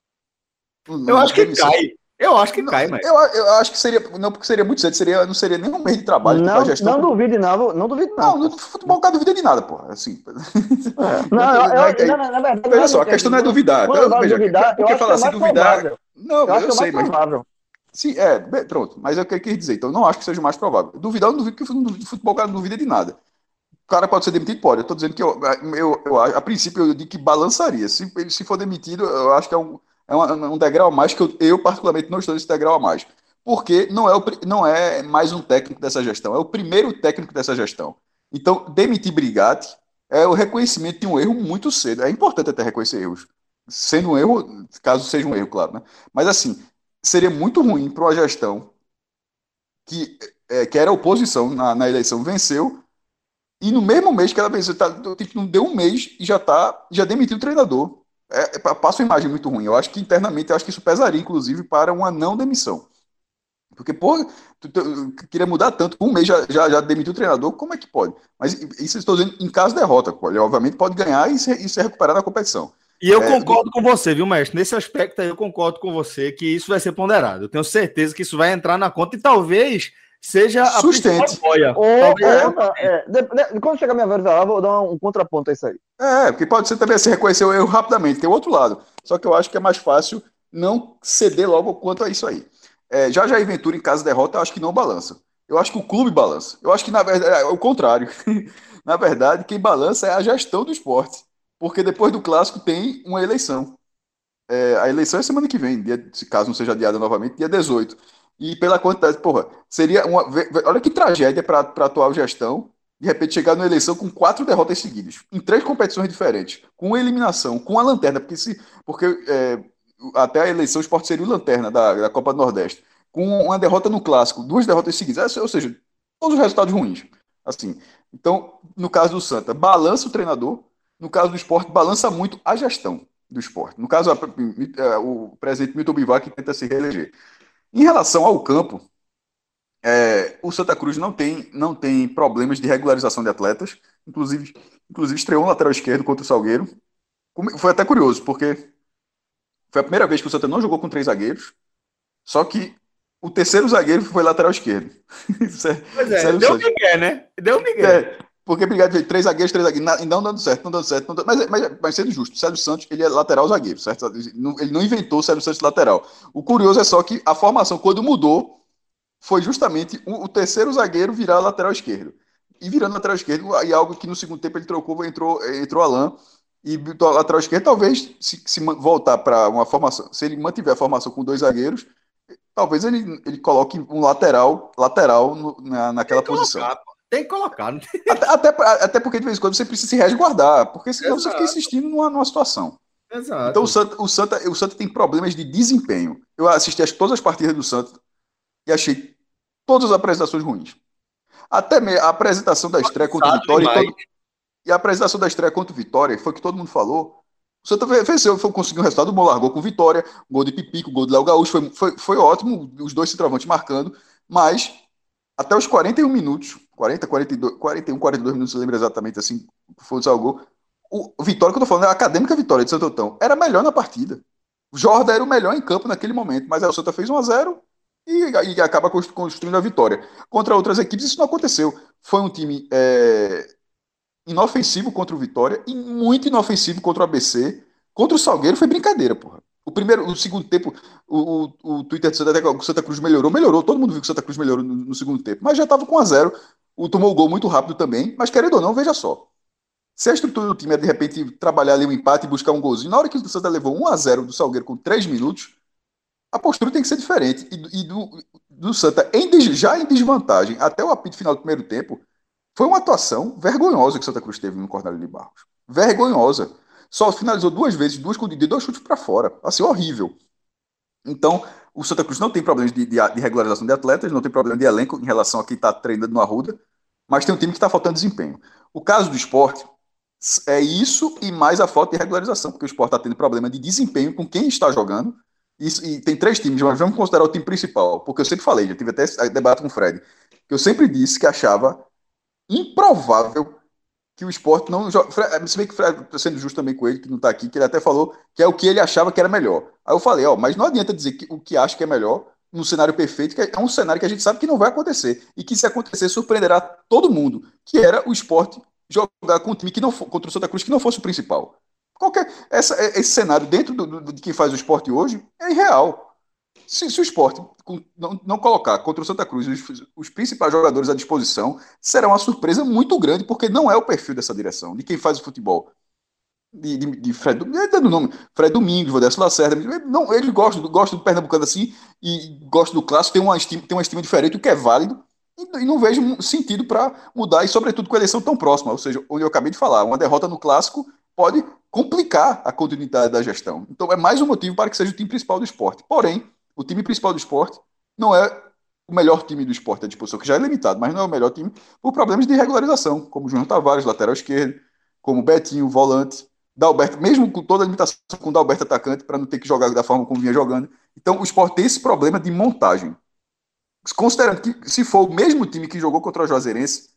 [SPEAKER 1] Eu acho que cai. Eu acho que
[SPEAKER 4] não,
[SPEAKER 1] cai, mas.
[SPEAKER 4] Eu, eu acho que seria. Não, porque seria muito cedo, seria, não seria nem um mês de trabalho.
[SPEAKER 2] Não,
[SPEAKER 4] tipo, gestão,
[SPEAKER 2] não duvide nada, não duvide nada.
[SPEAKER 4] Não, no futebol não duvida de nada, porra. Assim.
[SPEAKER 2] É. Não, eu, eu, não, na verdade.
[SPEAKER 4] Veja só, a questão não é duvidar.
[SPEAKER 2] Quando eu veja, duvidar,
[SPEAKER 4] porque falar assim, duvidar. Não,
[SPEAKER 2] eu, acho
[SPEAKER 4] eu
[SPEAKER 2] que é
[SPEAKER 4] sei,
[SPEAKER 2] mais
[SPEAKER 4] mas.
[SPEAKER 2] provável.
[SPEAKER 4] Sim, é, pronto. Mas é o que eu quis dizer. Então, eu não acho que seja o mais provável. Duvidar, eu não duvido que o futebol cara não duvida de nada. O cara pode ser demitido? Pode. Eu tô dizendo que eu, eu, eu, a princípio eu digo que balançaria. Se, se for demitido, eu acho que é um, é um degrau a mais que eu, eu, particularmente, não estou nesse degrau a mais. Porque não é, o, não é mais um técnico dessa gestão, é o primeiro técnico dessa gestão. Então, demitir Brigatti é o reconhecimento de um erro muito cedo. É importante até reconhecer erros. Sendo um erro, caso seja um erro, claro, né? Mas, assim, seria muito ruim para uma gestão que, é, que era oposição na, na eleição, venceu. E no mesmo mês que ela venceu, tá, tipo, não deu um mês e já, tá, já demitiu o treinador. É, é, passa uma imagem muito ruim. Eu acho que internamente, eu acho que isso pesaria, inclusive, para uma não demissão. Porque, pô, tu, tu, tu queria mudar tanto, um mês já, já, já demitiu o treinador, como é que pode? Mas isso eu estou dizendo em caso de derrota, pô. Ele obviamente pode ganhar e se, e se recuperar na competição.
[SPEAKER 1] E eu é, concordo do... com você, viu, mestre? Nesse aspecto aí eu concordo com você que isso vai ser ponderado. Eu tenho certeza que isso vai entrar na conta e talvez seja a
[SPEAKER 4] sustente.
[SPEAKER 1] Boia.
[SPEAKER 2] Ou, talvez... ou, é, de, de, quando chegar a minha vez lá, vou dar um, um contraponto a isso aí.
[SPEAKER 4] É, porque pode ser também se reconhecer o erro rapidamente. Tem o outro lado. Só que eu acho que é mais fácil não ceder logo quanto a isso aí. É, já Jair Ventura em caso de derrota, eu acho que não balança. Eu acho que o clube balança. Eu acho que, na verdade, é o contrário. Na verdade, quem balança é a gestão do esporte. Porque depois do clássico tem uma eleição. É, a eleição é semana que vem, dia, se caso não seja adiada novamente, dia dezoito. E pela quantidade, porra, seria uma. Olha que tragédia para a atual gestão, de repente chegar numa eleição com quatro derrotas seguidas, em três competições diferentes, com eliminação, com a lanterna, porque, se, porque é, até a eleição o Sport seria o lanterna da, da Copa do Nordeste, com uma derrota no Clássico, duas derrotas seguidas, ou seja, todos os resultados ruins. Assim. Então, no caso do Santa, balança o treinador, no caso do Sport, balança muito a gestão do Sport. No caso, a, a, o presidente Milton Bivar, que tenta se reeleger. Em relação ao campo, é, o Santa Cruz não tem, não tem problemas de regularização de atletas, inclusive, inclusive estreou um lateral esquerdo contra o Salgueiro. Foi até curioso, porque foi a primeira vez que o Santa não jogou com três zagueiros, só que o terceiro zagueiro foi lateral esquerdo.
[SPEAKER 1] Pois é, deu migué, né? Deu migué.
[SPEAKER 4] É, porque obrigado, veio três zagueiros, três zagueiros, e não dando certo, não dando certo. Não dando, mas, mas, mas sendo justo, o Sérgio Santos, ele é lateral zagueiro, certo? Ele não inventou o Sérgio Santos lateral. O curioso é só que a formação, quando mudou, foi justamente o, o terceiro zagueiro virar lateral esquerdo. E virando lateral esquerdo, e algo que no segundo tempo ele trocou, entrou, entrou Alain, e a lateral esquerdo, talvez, se, se voltar para uma formação, se ele mantiver a formação com dois zagueiros, talvez ele, ele coloque um lateral, lateral no, na, naquela
[SPEAKER 1] Tem que
[SPEAKER 4] posição.
[SPEAKER 1] Colocar, tem que colocar. Não tem...
[SPEAKER 4] Até, até, até porque de vez em quando você precisa se resguardar, porque senão Exato. Você fica insistindo numa, numa situação.
[SPEAKER 1] Exato.
[SPEAKER 4] Então o Santa, o, Santa, o Santa tem problemas de desempenho. Eu assisti as, todas as partidas do Santa e achei todas as apresentações ruins. Até mesmo a apresentação da estreia contra o Vitória e, todo, e a apresentação da estreia contra o Vitória, foi o que todo mundo falou. O Santa venceu, foi, conseguiu um resultado bom, largou com vitória, gol de Pipico, gol de Léo Gaúcho, foi, foi, foi ótimo, os dois centroavantes marcando, mas até os quarenta e um minutos, quarenta, quarenta e dois, quarenta e um, quarenta e dois minutos, eu lembro exatamente assim, foi o gol. O Vitória, que eu tô falando, é a acadêmica Vitória de Santo Antão, era melhor na partida. O Jordan era o melhor em campo naquele momento, mas aí o Santa fez um a zero e, e acaba construindo a vitória. Contra outras equipes, isso não aconteceu. Foi um time é, inofensivo contra o Vitória e muito inofensivo contra o A B C. Contra o Salgueiro foi brincadeira, porra. O primeiro, o segundo tempo, o, o, o Twitter do Santa, até que o Santa Cruz melhorou, melhorou, todo mundo viu que o Santa Cruz melhorou no, no segundo tempo, mas já estava com um a zero, o, tomou o gol muito rápido também, mas querendo ou não, veja só, se a estrutura do time é de repente trabalhar ali um empate e buscar um golzinho, na hora que o Santa levou um a zero do Salgueiro com três minutos, a postura tem que ser diferente, e, e do, do Santa, em, já em desvantagem, até o apito final do primeiro tempo, foi uma atuação vergonhosa que o Santa Cruz teve no Cornélio de Barros, vergonhosa. Só finalizou duas vezes, duas com de dois chutes para fora. Assim, horrível. Então, o Santa Cruz não tem problemas de, de, de regularização de atletas, não tem problema de elenco em relação a quem está treinando no Arruda, mas tem um time que está faltando desempenho. O caso do Sport é isso e mais a falta de regularização, porque o Sport está tendo problema de desempenho com quem está jogando. E, e tem três times, mas vamos considerar o time principal, porque eu sempre falei, já tive até esse debate com o Fred, que eu sempre disse que achava improvável que o Sport não joga. Se bem que Fred, sendo justo também com ele, que não está aqui, que ele até falou que é o que ele achava que era melhor. Aí eu falei, ó, mas não adianta dizer que o que acha que é melhor num cenário perfeito, que é um cenário que a gente sabe que não vai acontecer. E que se acontecer, surpreenderá todo mundo. Que era o Sport jogar com um time que não for, contra o Santa Cruz que não fosse o principal. Qualquer, essa, esse cenário dentro do, do, de quem faz o Sport hoje é irreal. Se, se o Sport não, não colocar contra o Santa Cruz os, os principais jogadores à disposição, será uma surpresa muito grande, porque não é o perfil dessa direção, de quem faz o futebol. De, de, de Fred, dando nome, Fred Domingos, Vadesco Lacerda, não, ele gosta, gosta do Pernambucano assim, e gosta do clássico, tem uma estima, tem uma estima diferente, o que é válido, e, e não vejo sentido para mudar, e sobretudo com a eleição tão próxima, ou seja, onde eu acabei de falar, uma derrota no clássico pode complicar a continuidade da gestão. Então é mais um motivo para que seja o time principal do esporte. Porém, o time principal do esporte não é o melhor time do esporte à disposição, que já é limitado, mas não é o melhor time por problemas de regularização, como o Júnior Tavares, lateral esquerdo, como o Betinho, volante, Dalberto, mesmo com toda a limitação com o Dalberto atacante, para não ter que jogar da forma como vinha jogando. Então o esporte tem esse problema de montagem. Considerando que se for o mesmo time que jogou contra o Juazeirense,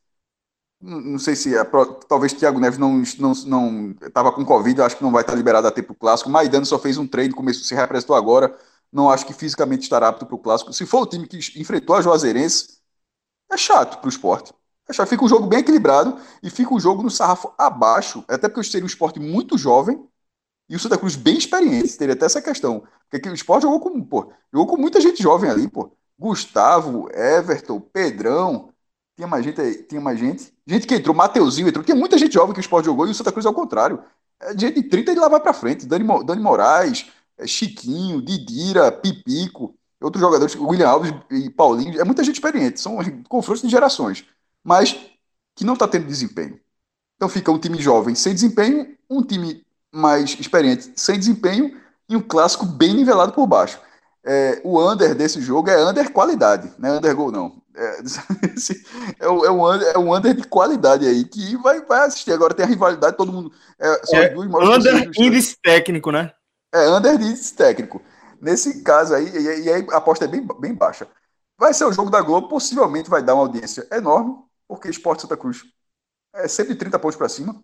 [SPEAKER 4] não sei se é, talvez Thiago Neves não estava não, não, com Covid, acho que não vai estar liberado a tempo clássico. Maidana só fez um treino, começou, se reapresentou agora. Não acho que fisicamente estará apto para o clássico. Se for o time que enfrentou a Juazeirense, é chato para o esporte. É chato. Fica um jogo bem equilibrado e fica um jogo no sarrafo abaixo, até porque seria um esporte muito jovem e o Santa Cruz bem experiente. Teria até essa questão. Porque o esporte jogou com, pô, jogou com muita gente jovem ali, pô. Gustavo, Everton, Pedrão. Tinha mais gente aí, tinha mais gente. Gente que entrou, Mateuzinho entrou. Tinha muita gente jovem que o esporte jogou e o Santa Cruz ao contrário. É gente de trinta e de lá vai para frente. Dani, Dani Moraes. Chiquinho, Didira, Pipico. outros jogadores, William Alves e Paulinho, é muita gente experiente, são confrontos de gerações, mas que não está tendo desempenho. Então fica um time jovem sem desempenho, um time mais experiente sem desempenho e um clássico bem nivelado por baixo. É, o under desse jogo é under qualidade, não é under gol não. É, é, o, é, um under, é um under de qualidade aí que vai, vai assistir. Agora tem a rivalidade, todo mundo. É, são
[SPEAKER 1] É,
[SPEAKER 4] as duas maiores
[SPEAKER 1] under índice técnico, né?
[SPEAKER 4] É under de índice técnico. Nesse caso aí, e, e aí a aposta é bem, bem baixa. Vai ser o jogo da Globo, possivelmente vai dar uma audiência enorme, porque Sport Santa Cruz é sempre trinta pontos para cima.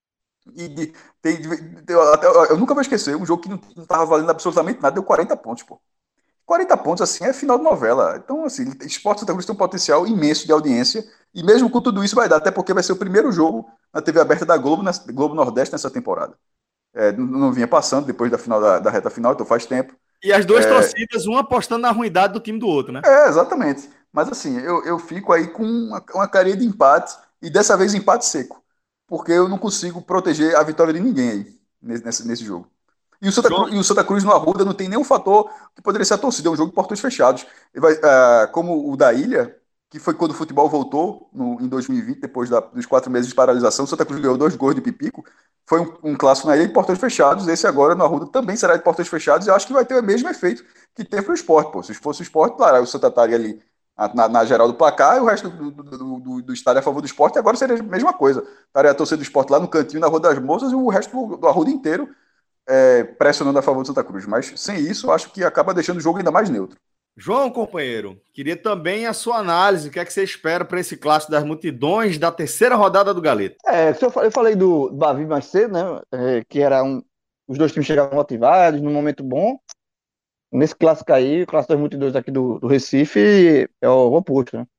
[SPEAKER 4] E de, tem, eu, até, eu nunca vou esquecer, um jogo que não, não tava valendo absolutamente nada, deu quarenta pontos, pô. quarenta pontos, assim, é final de novela. Então, assim, Sport Santa Cruz tem um potencial imenso de audiência, e mesmo com tudo isso vai dar, até porque vai ser o primeiro jogo na T V aberta da Globo, na Globo Nordeste nessa temporada. É, não, não vinha passando depois da, final, da, da reta final, então faz tempo.
[SPEAKER 1] E as duas
[SPEAKER 4] é...
[SPEAKER 1] torcidas, uma apostando na ruindade do time do outro, né?
[SPEAKER 4] É, exatamente. Mas assim, eu, eu fico aí com uma, uma carinha de empate, e dessa vez empate seco. Porque eu não consigo proteger a vitória de ninguém aí, nesse, nesse jogo. E o, Santa Cruz, e o Santa Cruz no Arruda não tem nenhum fator que poderia ser a torcida, é um jogo de portões fechados. Vai, uh, como o da Ilha, que foi quando o futebol voltou no, em dois mil e vinte, depois da, dos quatro meses de paralisação, o Santa Cruz ganhou dois gols de Pipico, foi um, um clássico na Ilha de portões fechados, esse agora no Arruda também será de portões fechados, e eu acho que vai ter o mesmo efeito que tem para o esporte. Pô. Se fosse o esporte, claro, o Santa estaria ali na, na geral do placar, e o resto do, do, do, do, do estádio a favor do esporte, agora seria a mesma coisa. Estaria a torcida do esporte lá no cantinho, na Rua das Moças, e o resto do, do Arruda inteiro é, pressionando a favor do Santa Cruz. Mas sem isso, eu acho que acaba deixando o jogo ainda mais neutro.
[SPEAKER 1] João, companheiro, queria também a sua análise. O que é que você espera para esse clássico das multidões da terceira rodada do Galeto?
[SPEAKER 2] É, eu falei do Bavi mais cedo, né? É, que era um. Os dois times chegavam motivados, num momento bom. Nesse clássico aí, o clássico das multidões aqui do, do Recife, é o oposto, né?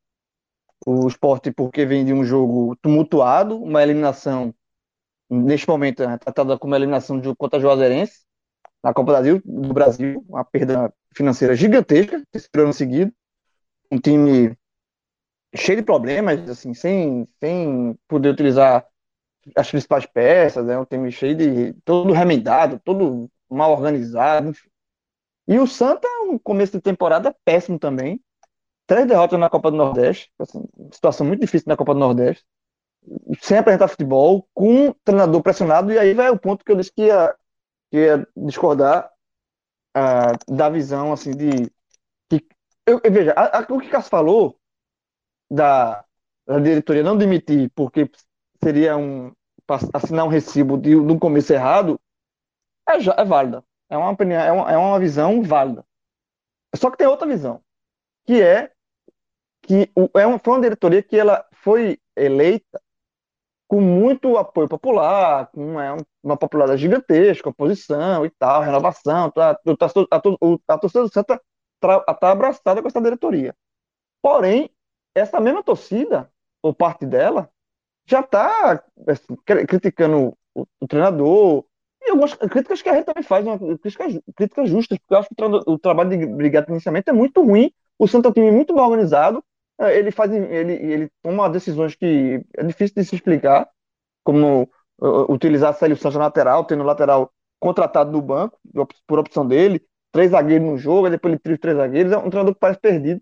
[SPEAKER 2] O Sport, porque vem de um jogo tumultuado, uma eliminação, neste momento, é tratada como uma eliminação de jogo contra a Juazeirense, na Copa do Brasil, do Brasil, uma perda financeira gigantesca, terceiro ano seguido, um time cheio de problemas, assim, sem, sem poder utilizar as principais peças, é né? Um time cheio de, todo remendado, todo mal organizado, enfim. E o Santa, um começo de temporada péssimo também, três derrotas na Copa do Nordeste, assim, situação muito difícil na Copa do Nordeste, sem apresentar futebol, com um treinador pressionado, e aí vai o ponto que eu disse que ia, que ia discordar uh, da visão, assim, de... Que, eu, eu, veja, a, a, o que Cássio falou da, da diretoria não demitir porque seria um assinar um recibo de, de um começo errado, é, é válida. É uma opinião, é uma, é uma visão válida. Só que tem outra visão, que é que o, é uma, foi uma diretoria que ela foi eleita com muito apoio popular, com é, uma popularidade gigantesca, oposição e tal, renovação, tá, a, a, a, a torcida do Santa está abraçada com essa diretoria. Porém, essa mesma torcida, ou parte dela, já está assim, criticando o, o treinador, e algumas críticas que a gente também faz, uma, críticas, críticas justas, porque eu acho que o, o trabalho de Brigatti inicialmente é muito ruim, o Santa é um time muito mal organizado, ele, faz, ele, ele toma decisões que é difícil de se explicar, como uh, utilizar Célio Santos na lateral, tendo lateral contratado no banco, por opção dele, três zagueiros no jogo, depois ele tira os três zagueiros, é um treinador que parece perdido.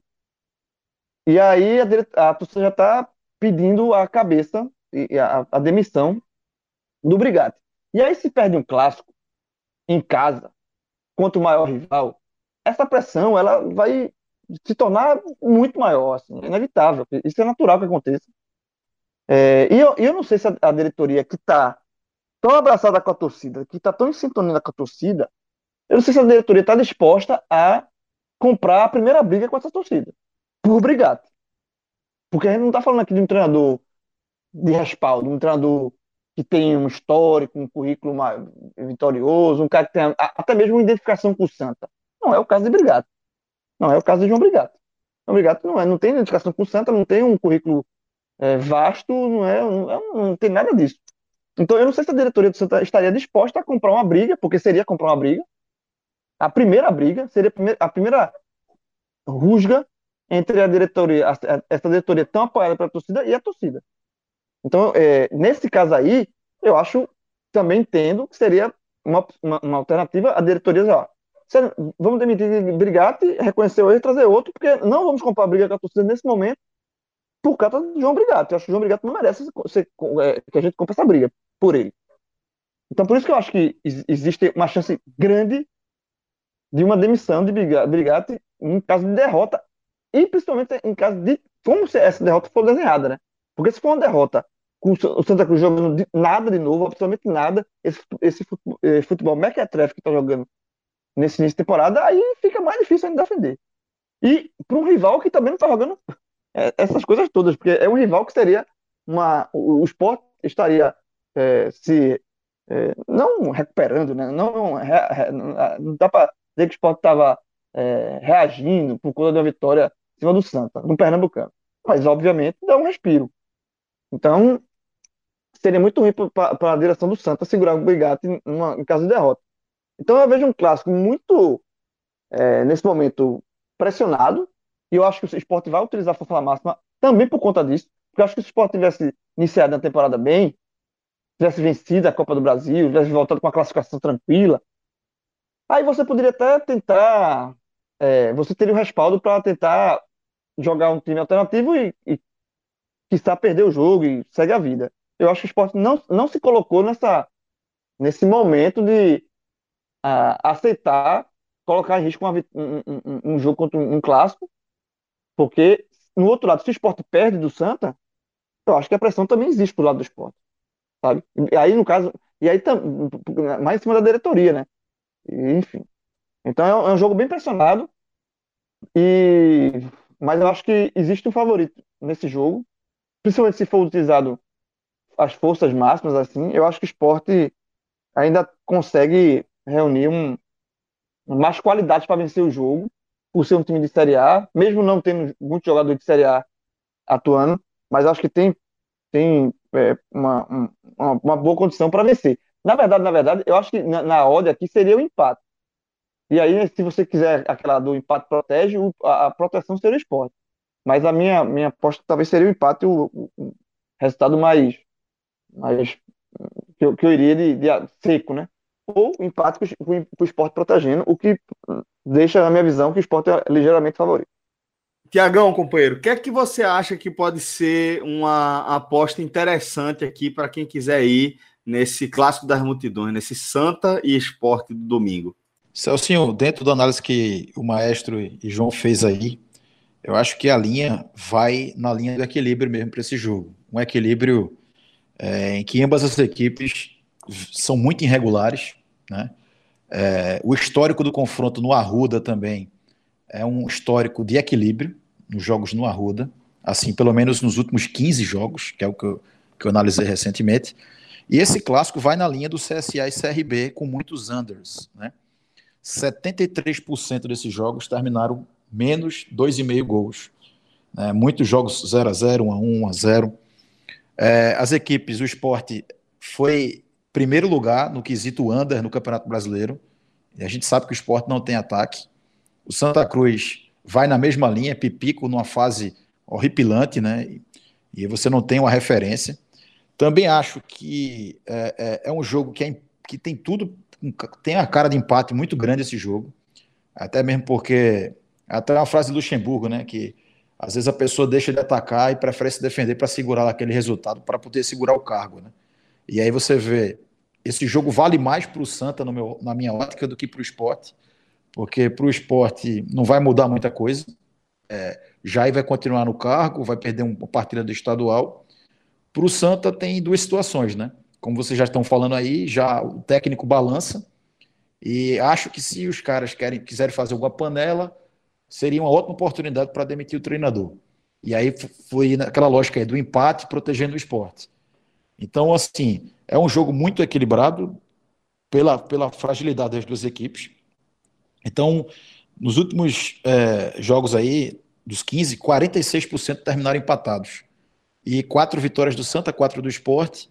[SPEAKER 2] E aí a, a torcida já está pedindo a cabeça, e a, a demissão do Brigatti. E aí se perde um clássico em casa, contra o maior rival, essa pressão ela vai se tornar muito maior, assim, é inevitável, isso é natural que aconteça. É, e eu, eu não sei se a, a diretoria que está tão abraçada com a torcida, que está tão em sintonia com a torcida, eu não sei se a diretoria está disposta a comprar a primeira briga com essa torcida, por Brigatti. Porque a gente não está falando aqui de um treinador de respaldo, um treinador que tem um histórico, um currículo mais vitorioso, um cara que tem até mesmo uma identificação com o Santa. Não é o caso de Brigatti. Não é o caso de João Brigatti. João Brigatti não, é, não tem identificação com o Santa, não tem um currículo é, vasto, não, é, não, é, não tem nada disso. Então eu não sei se a diretoria do Santa estaria disposta a comprar uma briga, porque seria comprar uma briga. A primeira briga seria a primeira, a primeira rusga entre a diretoria, essa diretoria tão apoiada pela torcida e a torcida. Então, é, nesse caso aí, eu acho, também entendo que seria uma, uma, uma alternativa a diretoria, ó, sério, vamos demitir Brigatti, reconhecer o erro e trazer outro, porque não vamos comprar briga com a torcida nesse momento por causa do João Brigatti. Eu acho que o João Brigatti não merece ser, é, que a gente compre essa briga por ele. Então, por isso que eu acho que existe uma chance grande de uma demissão de Brigatti em caso de derrota, e principalmente em caso de como se essa derrota for desenhada, né? Porque se for uma derrota com o Santa Cruz jogando de, nada de novo, absolutamente nada, esse, esse futebol, esse futebol mequetréfico que está jogando nesse início de temporada, aí fica mais difícil ainda defender. E para um rival que também não está jogando é, essas coisas todas, porque é um rival que seria uma. O, o Sport estaria é, se. É, não recuperando, né? Não, não, re, re, não dá para dizer que o Sport estava é, reagindo por conta da vitória em cima do Santa, no Pernambucano. Mas, obviamente, dá um respiro. Então, seria muito ruim para a direção do Santa segurar o Brigatti em, em caso de derrota. Então, eu vejo um clássico muito, é, nesse momento, pressionado. E eu acho que o Sport vai utilizar a força máxima também por conta disso. Porque eu acho que se o Sport tivesse iniciado a temporada bem, tivesse vencido a Copa do Brasil, tivesse voltado com uma classificação tranquila, aí você poderia até tentar. É, você teria o respaldo para tentar jogar um time alternativo e, e quiçá perder o jogo e segue a vida. Eu acho que o Sport não, não se colocou nessa, nesse momento de a, aceitar colocar em risco uma, um, um, um jogo contra um, um clássico, porque, no outro lado, se o Sport perde do Santa, eu acho que a pressão também existe pro lado do Sport, sabe? E aí, no caso, e aí mais em cima da diretoria, né? E, enfim. Então é um, é um jogo bem pressionado, e mas eu acho que existe um favorito nesse jogo, principalmente se for utilizado as forças máximas, assim, eu acho que o Sport ainda consegue reunir um, mais qualidades para vencer o jogo, por ser um time de Série A, mesmo não tendo muitos jogadores de Série A atuando, mas acho que tem, tem é, uma, uma, uma boa condição para vencer. Na verdade, na verdade, eu acho que na, na odd aqui seria o empate. E aí, se você quiser aquela do empate protege, o, a, a proteção seria o Sport. Mas a minha, minha aposta talvez seria o empate, o, o, o resultado mais, mais que, eu, que eu iria de, de seco, né? Ou empate com o Sport protegendo, o que deixa, na minha visão, que o Sport é ligeiramente favorito.
[SPEAKER 1] Tiagão, companheiro, o que é que você acha que pode ser uma aposta interessante aqui para quem quiser ir nesse Clássico das Multidões, nesse Santa e Sport do domingo?
[SPEAKER 3] Celcinho, dentro da análise que o Maestro e João fez aí, eu acho que a linha vai na linha do equilíbrio mesmo para esse jogo. Um equilíbrio é, em que ambas as equipes são muito irregulares, né? É, o histórico do confronto no Arruda também é um histórico de equilíbrio nos jogos no Arruda, assim, pelo menos nos últimos quinze jogos, que é o que eu, que eu analisei recentemente. E esse clássico vai na linha do C S A e C R B com muitos unders, né? setenta e três por cento desses jogos terminaram menos dois vírgula cinco gols. Né? Muitos jogos zero a zero, um a um, um a zero. É, as equipes, o Sport foi primeiro lugar no quesito under no Campeonato Brasileiro. E a gente sabe que o Sport não tem ataque. O Santa Cruz vai na mesma linha, Pipico numa fase horripilante, né? E você não tem uma referência. Também acho que é, é, é um jogo que, é, que tem tudo, tem a cara de empate muito grande esse jogo. Até mesmo porque, até uma frase de Luxemburgo, né? Que às vezes a pessoa deixa de atacar e prefere se defender para segurar aquele resultado, para poder segurar o cargo, né? E aí você vê, esse jogo vale mais para o Santa, no meu, na minha ótica, do que para o Sport, porque para o Sport não vai mudar muita coisa. É, Jair vai continuar no cargo, vai perder uma partida do estadual. Para o Santa tem duas situações, né? Como vocês já estão falando aí, já o técnico balança, e acho que se os caras querem, quiserem fazer alguma panela, seria uma ótima oportunidade para demitir o treinador. E aí foi naquela lógica aí do empate protegendo o Sport. Então, assim, é um jogo muito equilibrado pela, pela fragilidade das duas equipes. Então, nos últimos é, jogos aí, dos quinze, quarenta e seis por cento terminaram empatados. E quatro vitórias do Santa, quatro do Sport.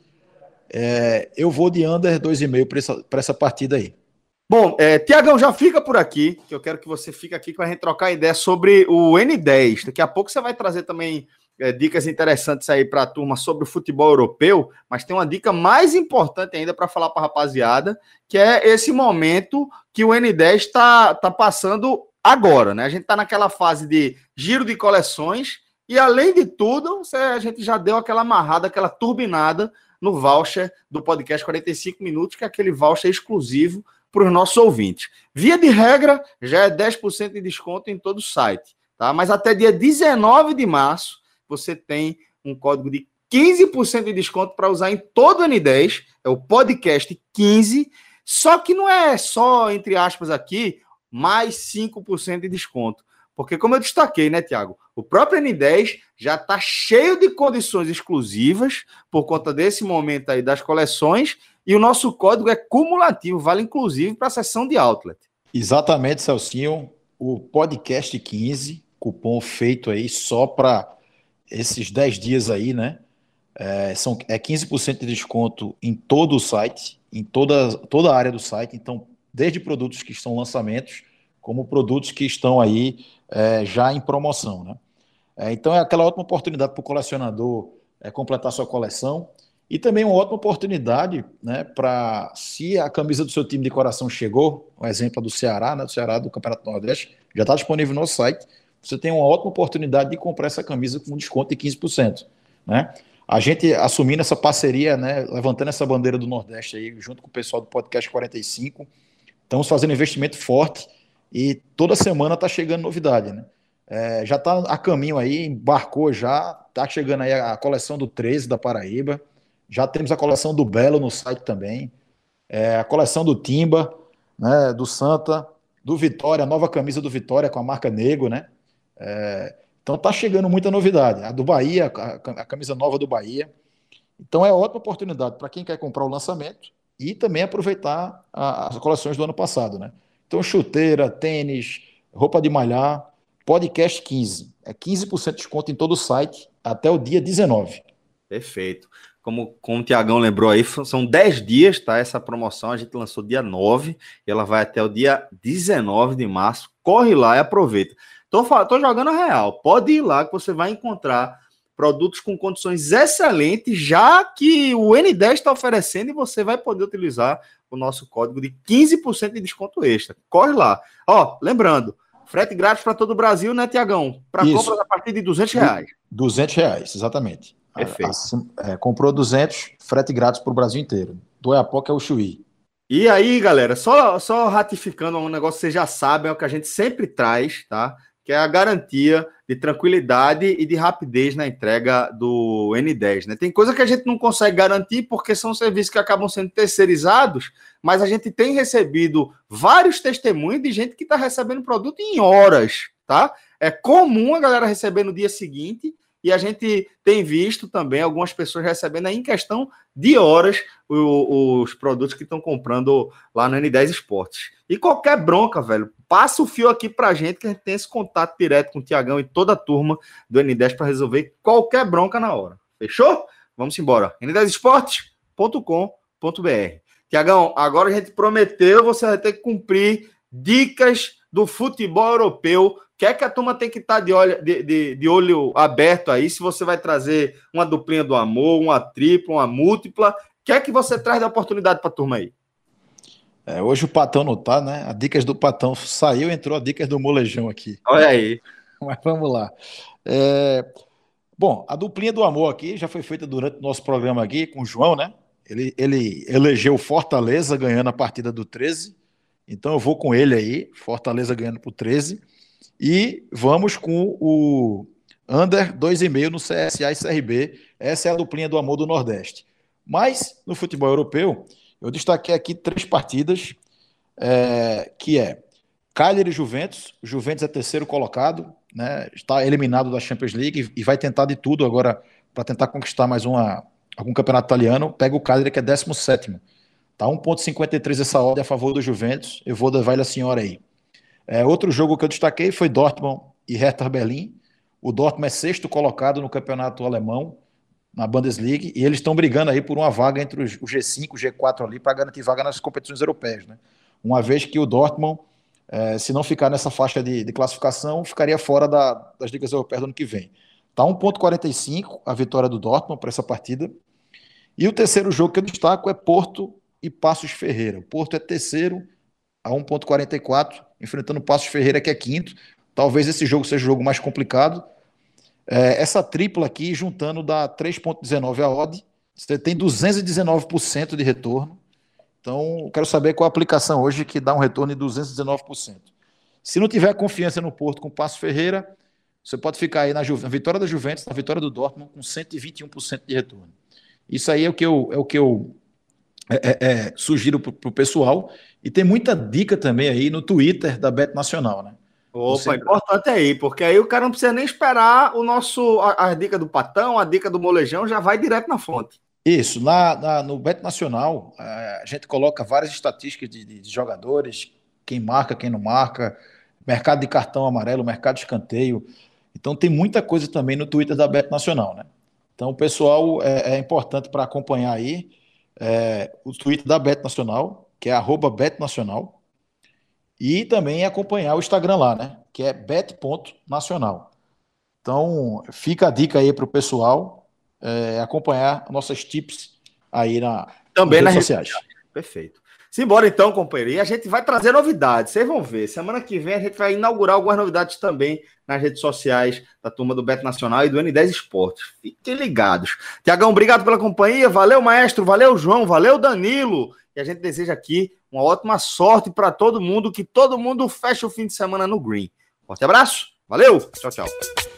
[SPEAKER 3] É, eu vou de under dois vírgula cinco para essa, para essa partida aí.
[SPEAKER 1] Bom, é, Tiagão, já fica por aqui, que eu quero que você fique aqui para a gente trocar ideia sobre o N dez. Daqui a pouco você vai trazer também é, dicas interessantes aí para a turma sobre o futebol europeu, mas tem uma dica mais importante ainda para falar para a rapaziada, que é esse momento que o N dez está tá passando agora, né? A gente está naquela fase de giro de coleções e, além de tudo, a gente já deu aquela amarrada, aquela turbinada no voucher do podcast quarenta e cinco minutos, que é aquele voucher exclusivo para os nossos ouvintes. Via de regra, já é dez por cento de desconto em todo o site, tá? Mas até dia dezenove de março, você tem um código de quinze por cento de desconto para usar em todo o N dez, é o podcast quinze, só que não é só, entre aspas aqui, mais cinco por cento de desconto. Porque, como eu destaquei, né, Tiago? O próprio N dez já está cheio de condições exclusivas por conta desse momento aí das coleções, e o nosso código é cumulativo, vale inclusive para a seção de outlet.
[SPEAKER 3] Exatamente, Celcinho. O podcast quinze, cupom feito aí só para esses dez dias aí, né? É, são, é quinze por cento de desconto em todo o site, em toda, toda a área do site. Então, desde produtos que estão lançamentos, como produtos que estão aí é, já em promoção, né? É, então, é aquela ótima oportunidade para o colecionador é, completar sua coleção, e também uma ótima oportunidade, né, para, se a camisa do seu time de coração chegou, um exemplo do Ceará, né, do Ceará do Campeonato Nordeste, já está disponível no site, você tem uma ótima oportunidade de comprar essa camisa com um desconto de quinze por cento, né? A gente assumindo essa parceria, né, levantando essa bandeira do Nordeste aí, junto com o pessoal do Podcast quarenta e cinco, estamos fazendo investimento forte e toda semana está chegando novidade, né? É, já está a caminho aí, embarcou já, está chegando aí a coleção do treze da Paraíba, já temos a coleção do Belo no site também, é, a coleção do Timba, né, do Santa, do Vitória, a nova camisa do Vitória com a marca Nego, né? É, então tá chegando muita novidade. A do Bahia, a, a camisa nova do Bahia. Então é ótima oportunidade para quem quer comprar o lançamento e também aproveitar a, as coleções do ano passado, né? Então chuteira, tênis, roupa de malhar, podcast quinze. É quinze por cento de desconto em todo o site até o dia dezenove.
[SPEAKER 1] Perfeito. Como, como o Tiagão lembrou aí, são dez dias, tá? Essa promoção a gente lançou dia nove e ela vai até o dia dezenove de março. Corre lá e aproveita. Tô, tô jogando a real. Pode ir lá que você vai encontrar produtos com condições excelentes, já que o N dez está oferecendo, e você vai poder utilizar o nosso código de quinze por cento de desconto extra. Corre lá. Ó, lembrando, frete grátis para todo o Brasil, né, Tiagão? Para compras a partir de duzentos reais.
[SPEAKER 3] duzentos reais, exatamente.
[SPEAKER 1] Perfeito.
[SPEAKER 3] Assim, é, comprou duzentos, frete grátis para o Brasil inteiro. Do Oiapoque é o Chuí.
[SPEAKER 1] E aí, galera, só, só ratificando um negócio que vocês já sabem, é o que a gente sempre traz, tá? Que é a garantia de tranquilidade e de rapidez na entrega do N dez, né? Tem coisa que a gente não consegue garantir porque são serviços que acabam sendo terceirizados, mas a gente tem recebido vários testemunhos de gente que está recebendo produto em horas, tá? É comum a galera receber no dia seguinte, e a gente tem visto também algumas pessoas recebendo aí em questão de horas o, os produtos que estão comprando lá no N dez Esportes. E qualquer bronca, velho, passa o fio aqui pra gente, que a gente tem esse contato direto com o Tiagão e toda a turma do N dez para resolver qualquer bronca na hora. Fechou? Vamos embora. N dez esportes ponto com ponto b r. Tiagão, agora a gente prometeu, você vai ter que cumprir dicas do futebol europeu. O que é que a turma tem que estar de olho, de, de, de olho aberto aí? Se você vai trazer uma duplinha do amor, uma tripla, uma múltipla, o que é que você traz de oportunidade para a turma aí?
[SPEAKER 3] É, hoje o Patão não tá, né? A dicas do Patão saiu, entrou a dicas do Molejão aqui.
[SPEAKER 1] Olha aí.
[SPEAKER 3] Mas vamos lá. É, bom, a duplinha do amor aqui já foi feita durante o nosso programa aqui com o João, né? Ele, ele elegeu Fortaleza ganhando a partida do treze. Então eu vou com ele aí, Fortaleza ganhando por treze. E vamos com o under dois vírgula cinco no C S A e C R B. Essa é a duplinha do amor do Nordeste. Mas, no futebol europeu, eu destaquei aqui três partidas, é, que é Cagliari e Juventus. O Juventus é terceiro colocado, né, está eliminado da Champions League e vai tentar de tudo agora para tentar conquistar mais uma, algum campeonato italiano. Pega o Cagliari, que é décimo sétimo. Está um vírgula cinquenta e três essa odd a favor do Juventus. Eu vou levar ele a senhora aí. É, outro jogo que eu destaquei foi Dortmund e Hertha Berlim. O Dortmund é sexto colocado no campeonato alemão, na Bundesliga, e eles estão brigando aí por uma vaga entre o G cinco e o G quatro ali para garantir vaga nas competições europeias, né? Uma vez que o Dortmund, é, se não ficar nessa faixa de, de classificação, ficaria fora da, das ligas europeias do ano que vem. Está um ponto quarenta e cinco a vitória do Dortmund para essa partida. E o terceiro jogo que eu destaco é Porto e Passos Ferreira. O Porto é terceiro a um ponto quarenta e quatro, enfrentando o Passos Ferreira, que é quinto. Talvez esse jogo seja o jogo mais complicado. É, essa tripla aqui, juntando, dá três ponto dezenove a odd. Você tem duzentos e dezenove por cento de retorno. Então, quero saber qual a aplicação hoje que dá um retorno de duzentos e dezenove por cento. Se não tiver confiança no Porto com o Passos Ferreira, você pode ficar aí na, Ju... na vitória da Juventus, na vitória do Dortmund, com cento e vinte e um por cento de retorno. Isso aí é o que eu, é o que eu é, é, é, sugiro para o pessoal. E tem muita dica também aí no Twitter da Bet Nacional, né?
[SPEAKER 1] Opa,
[SPEAKER 3] Você...
[SPEAKER 1] importante aí, porque aí o cara não precisa nem esperar o nosso, a, a dica do Patão, a dica do Molejão, já vai direto na fonte.
[SPEAKER 3] Isso, na, na, no Bet Nacional, a gente coloca várias estatísticas de, de, de jogadores, quem marca, quem não marca, mercado de cartão amarelo, mercado de escanteio. Então tem muita coisa também no Twitter da Bet Nacional, né? Então o pessoal é, é importante para acompanhar aí é, o Twitter da Bet Nacional, que é arroba Bet Nacional, e também acompanhar o Instagram lá, né? Que é bet ponto nacional. Então fica a dica aí para o pessoal. É, acompanhar nossas tips aí na,
[SPEAKER 1] Também
[SPEAKER 3] nas
[SPEAKER 1] nas
[SPEAKER 3] redes
[SPEAKER 1] redes
[SPEAKER 3] sociais.
[SPEAKER 1] sociais. Perfeito. Simbora então, companheiro. E a gente vai trazer novidades, vocês vão ver. Semana que vem a gente vai inaugurar algumas novidades também nas redes sociais da turma do Bet Nacional e do N dez Esportes. Fiquem ligados. Tiagão, obrigado pela companhia. Valeu, maestro. Valeu, João. Valeu, Danilo. E a gente deseja aqui uma ótima sorte para todo mundo, que todo mundo feche o fim de semana no Green. Forte abraço. Valeu. Tchau, tchau.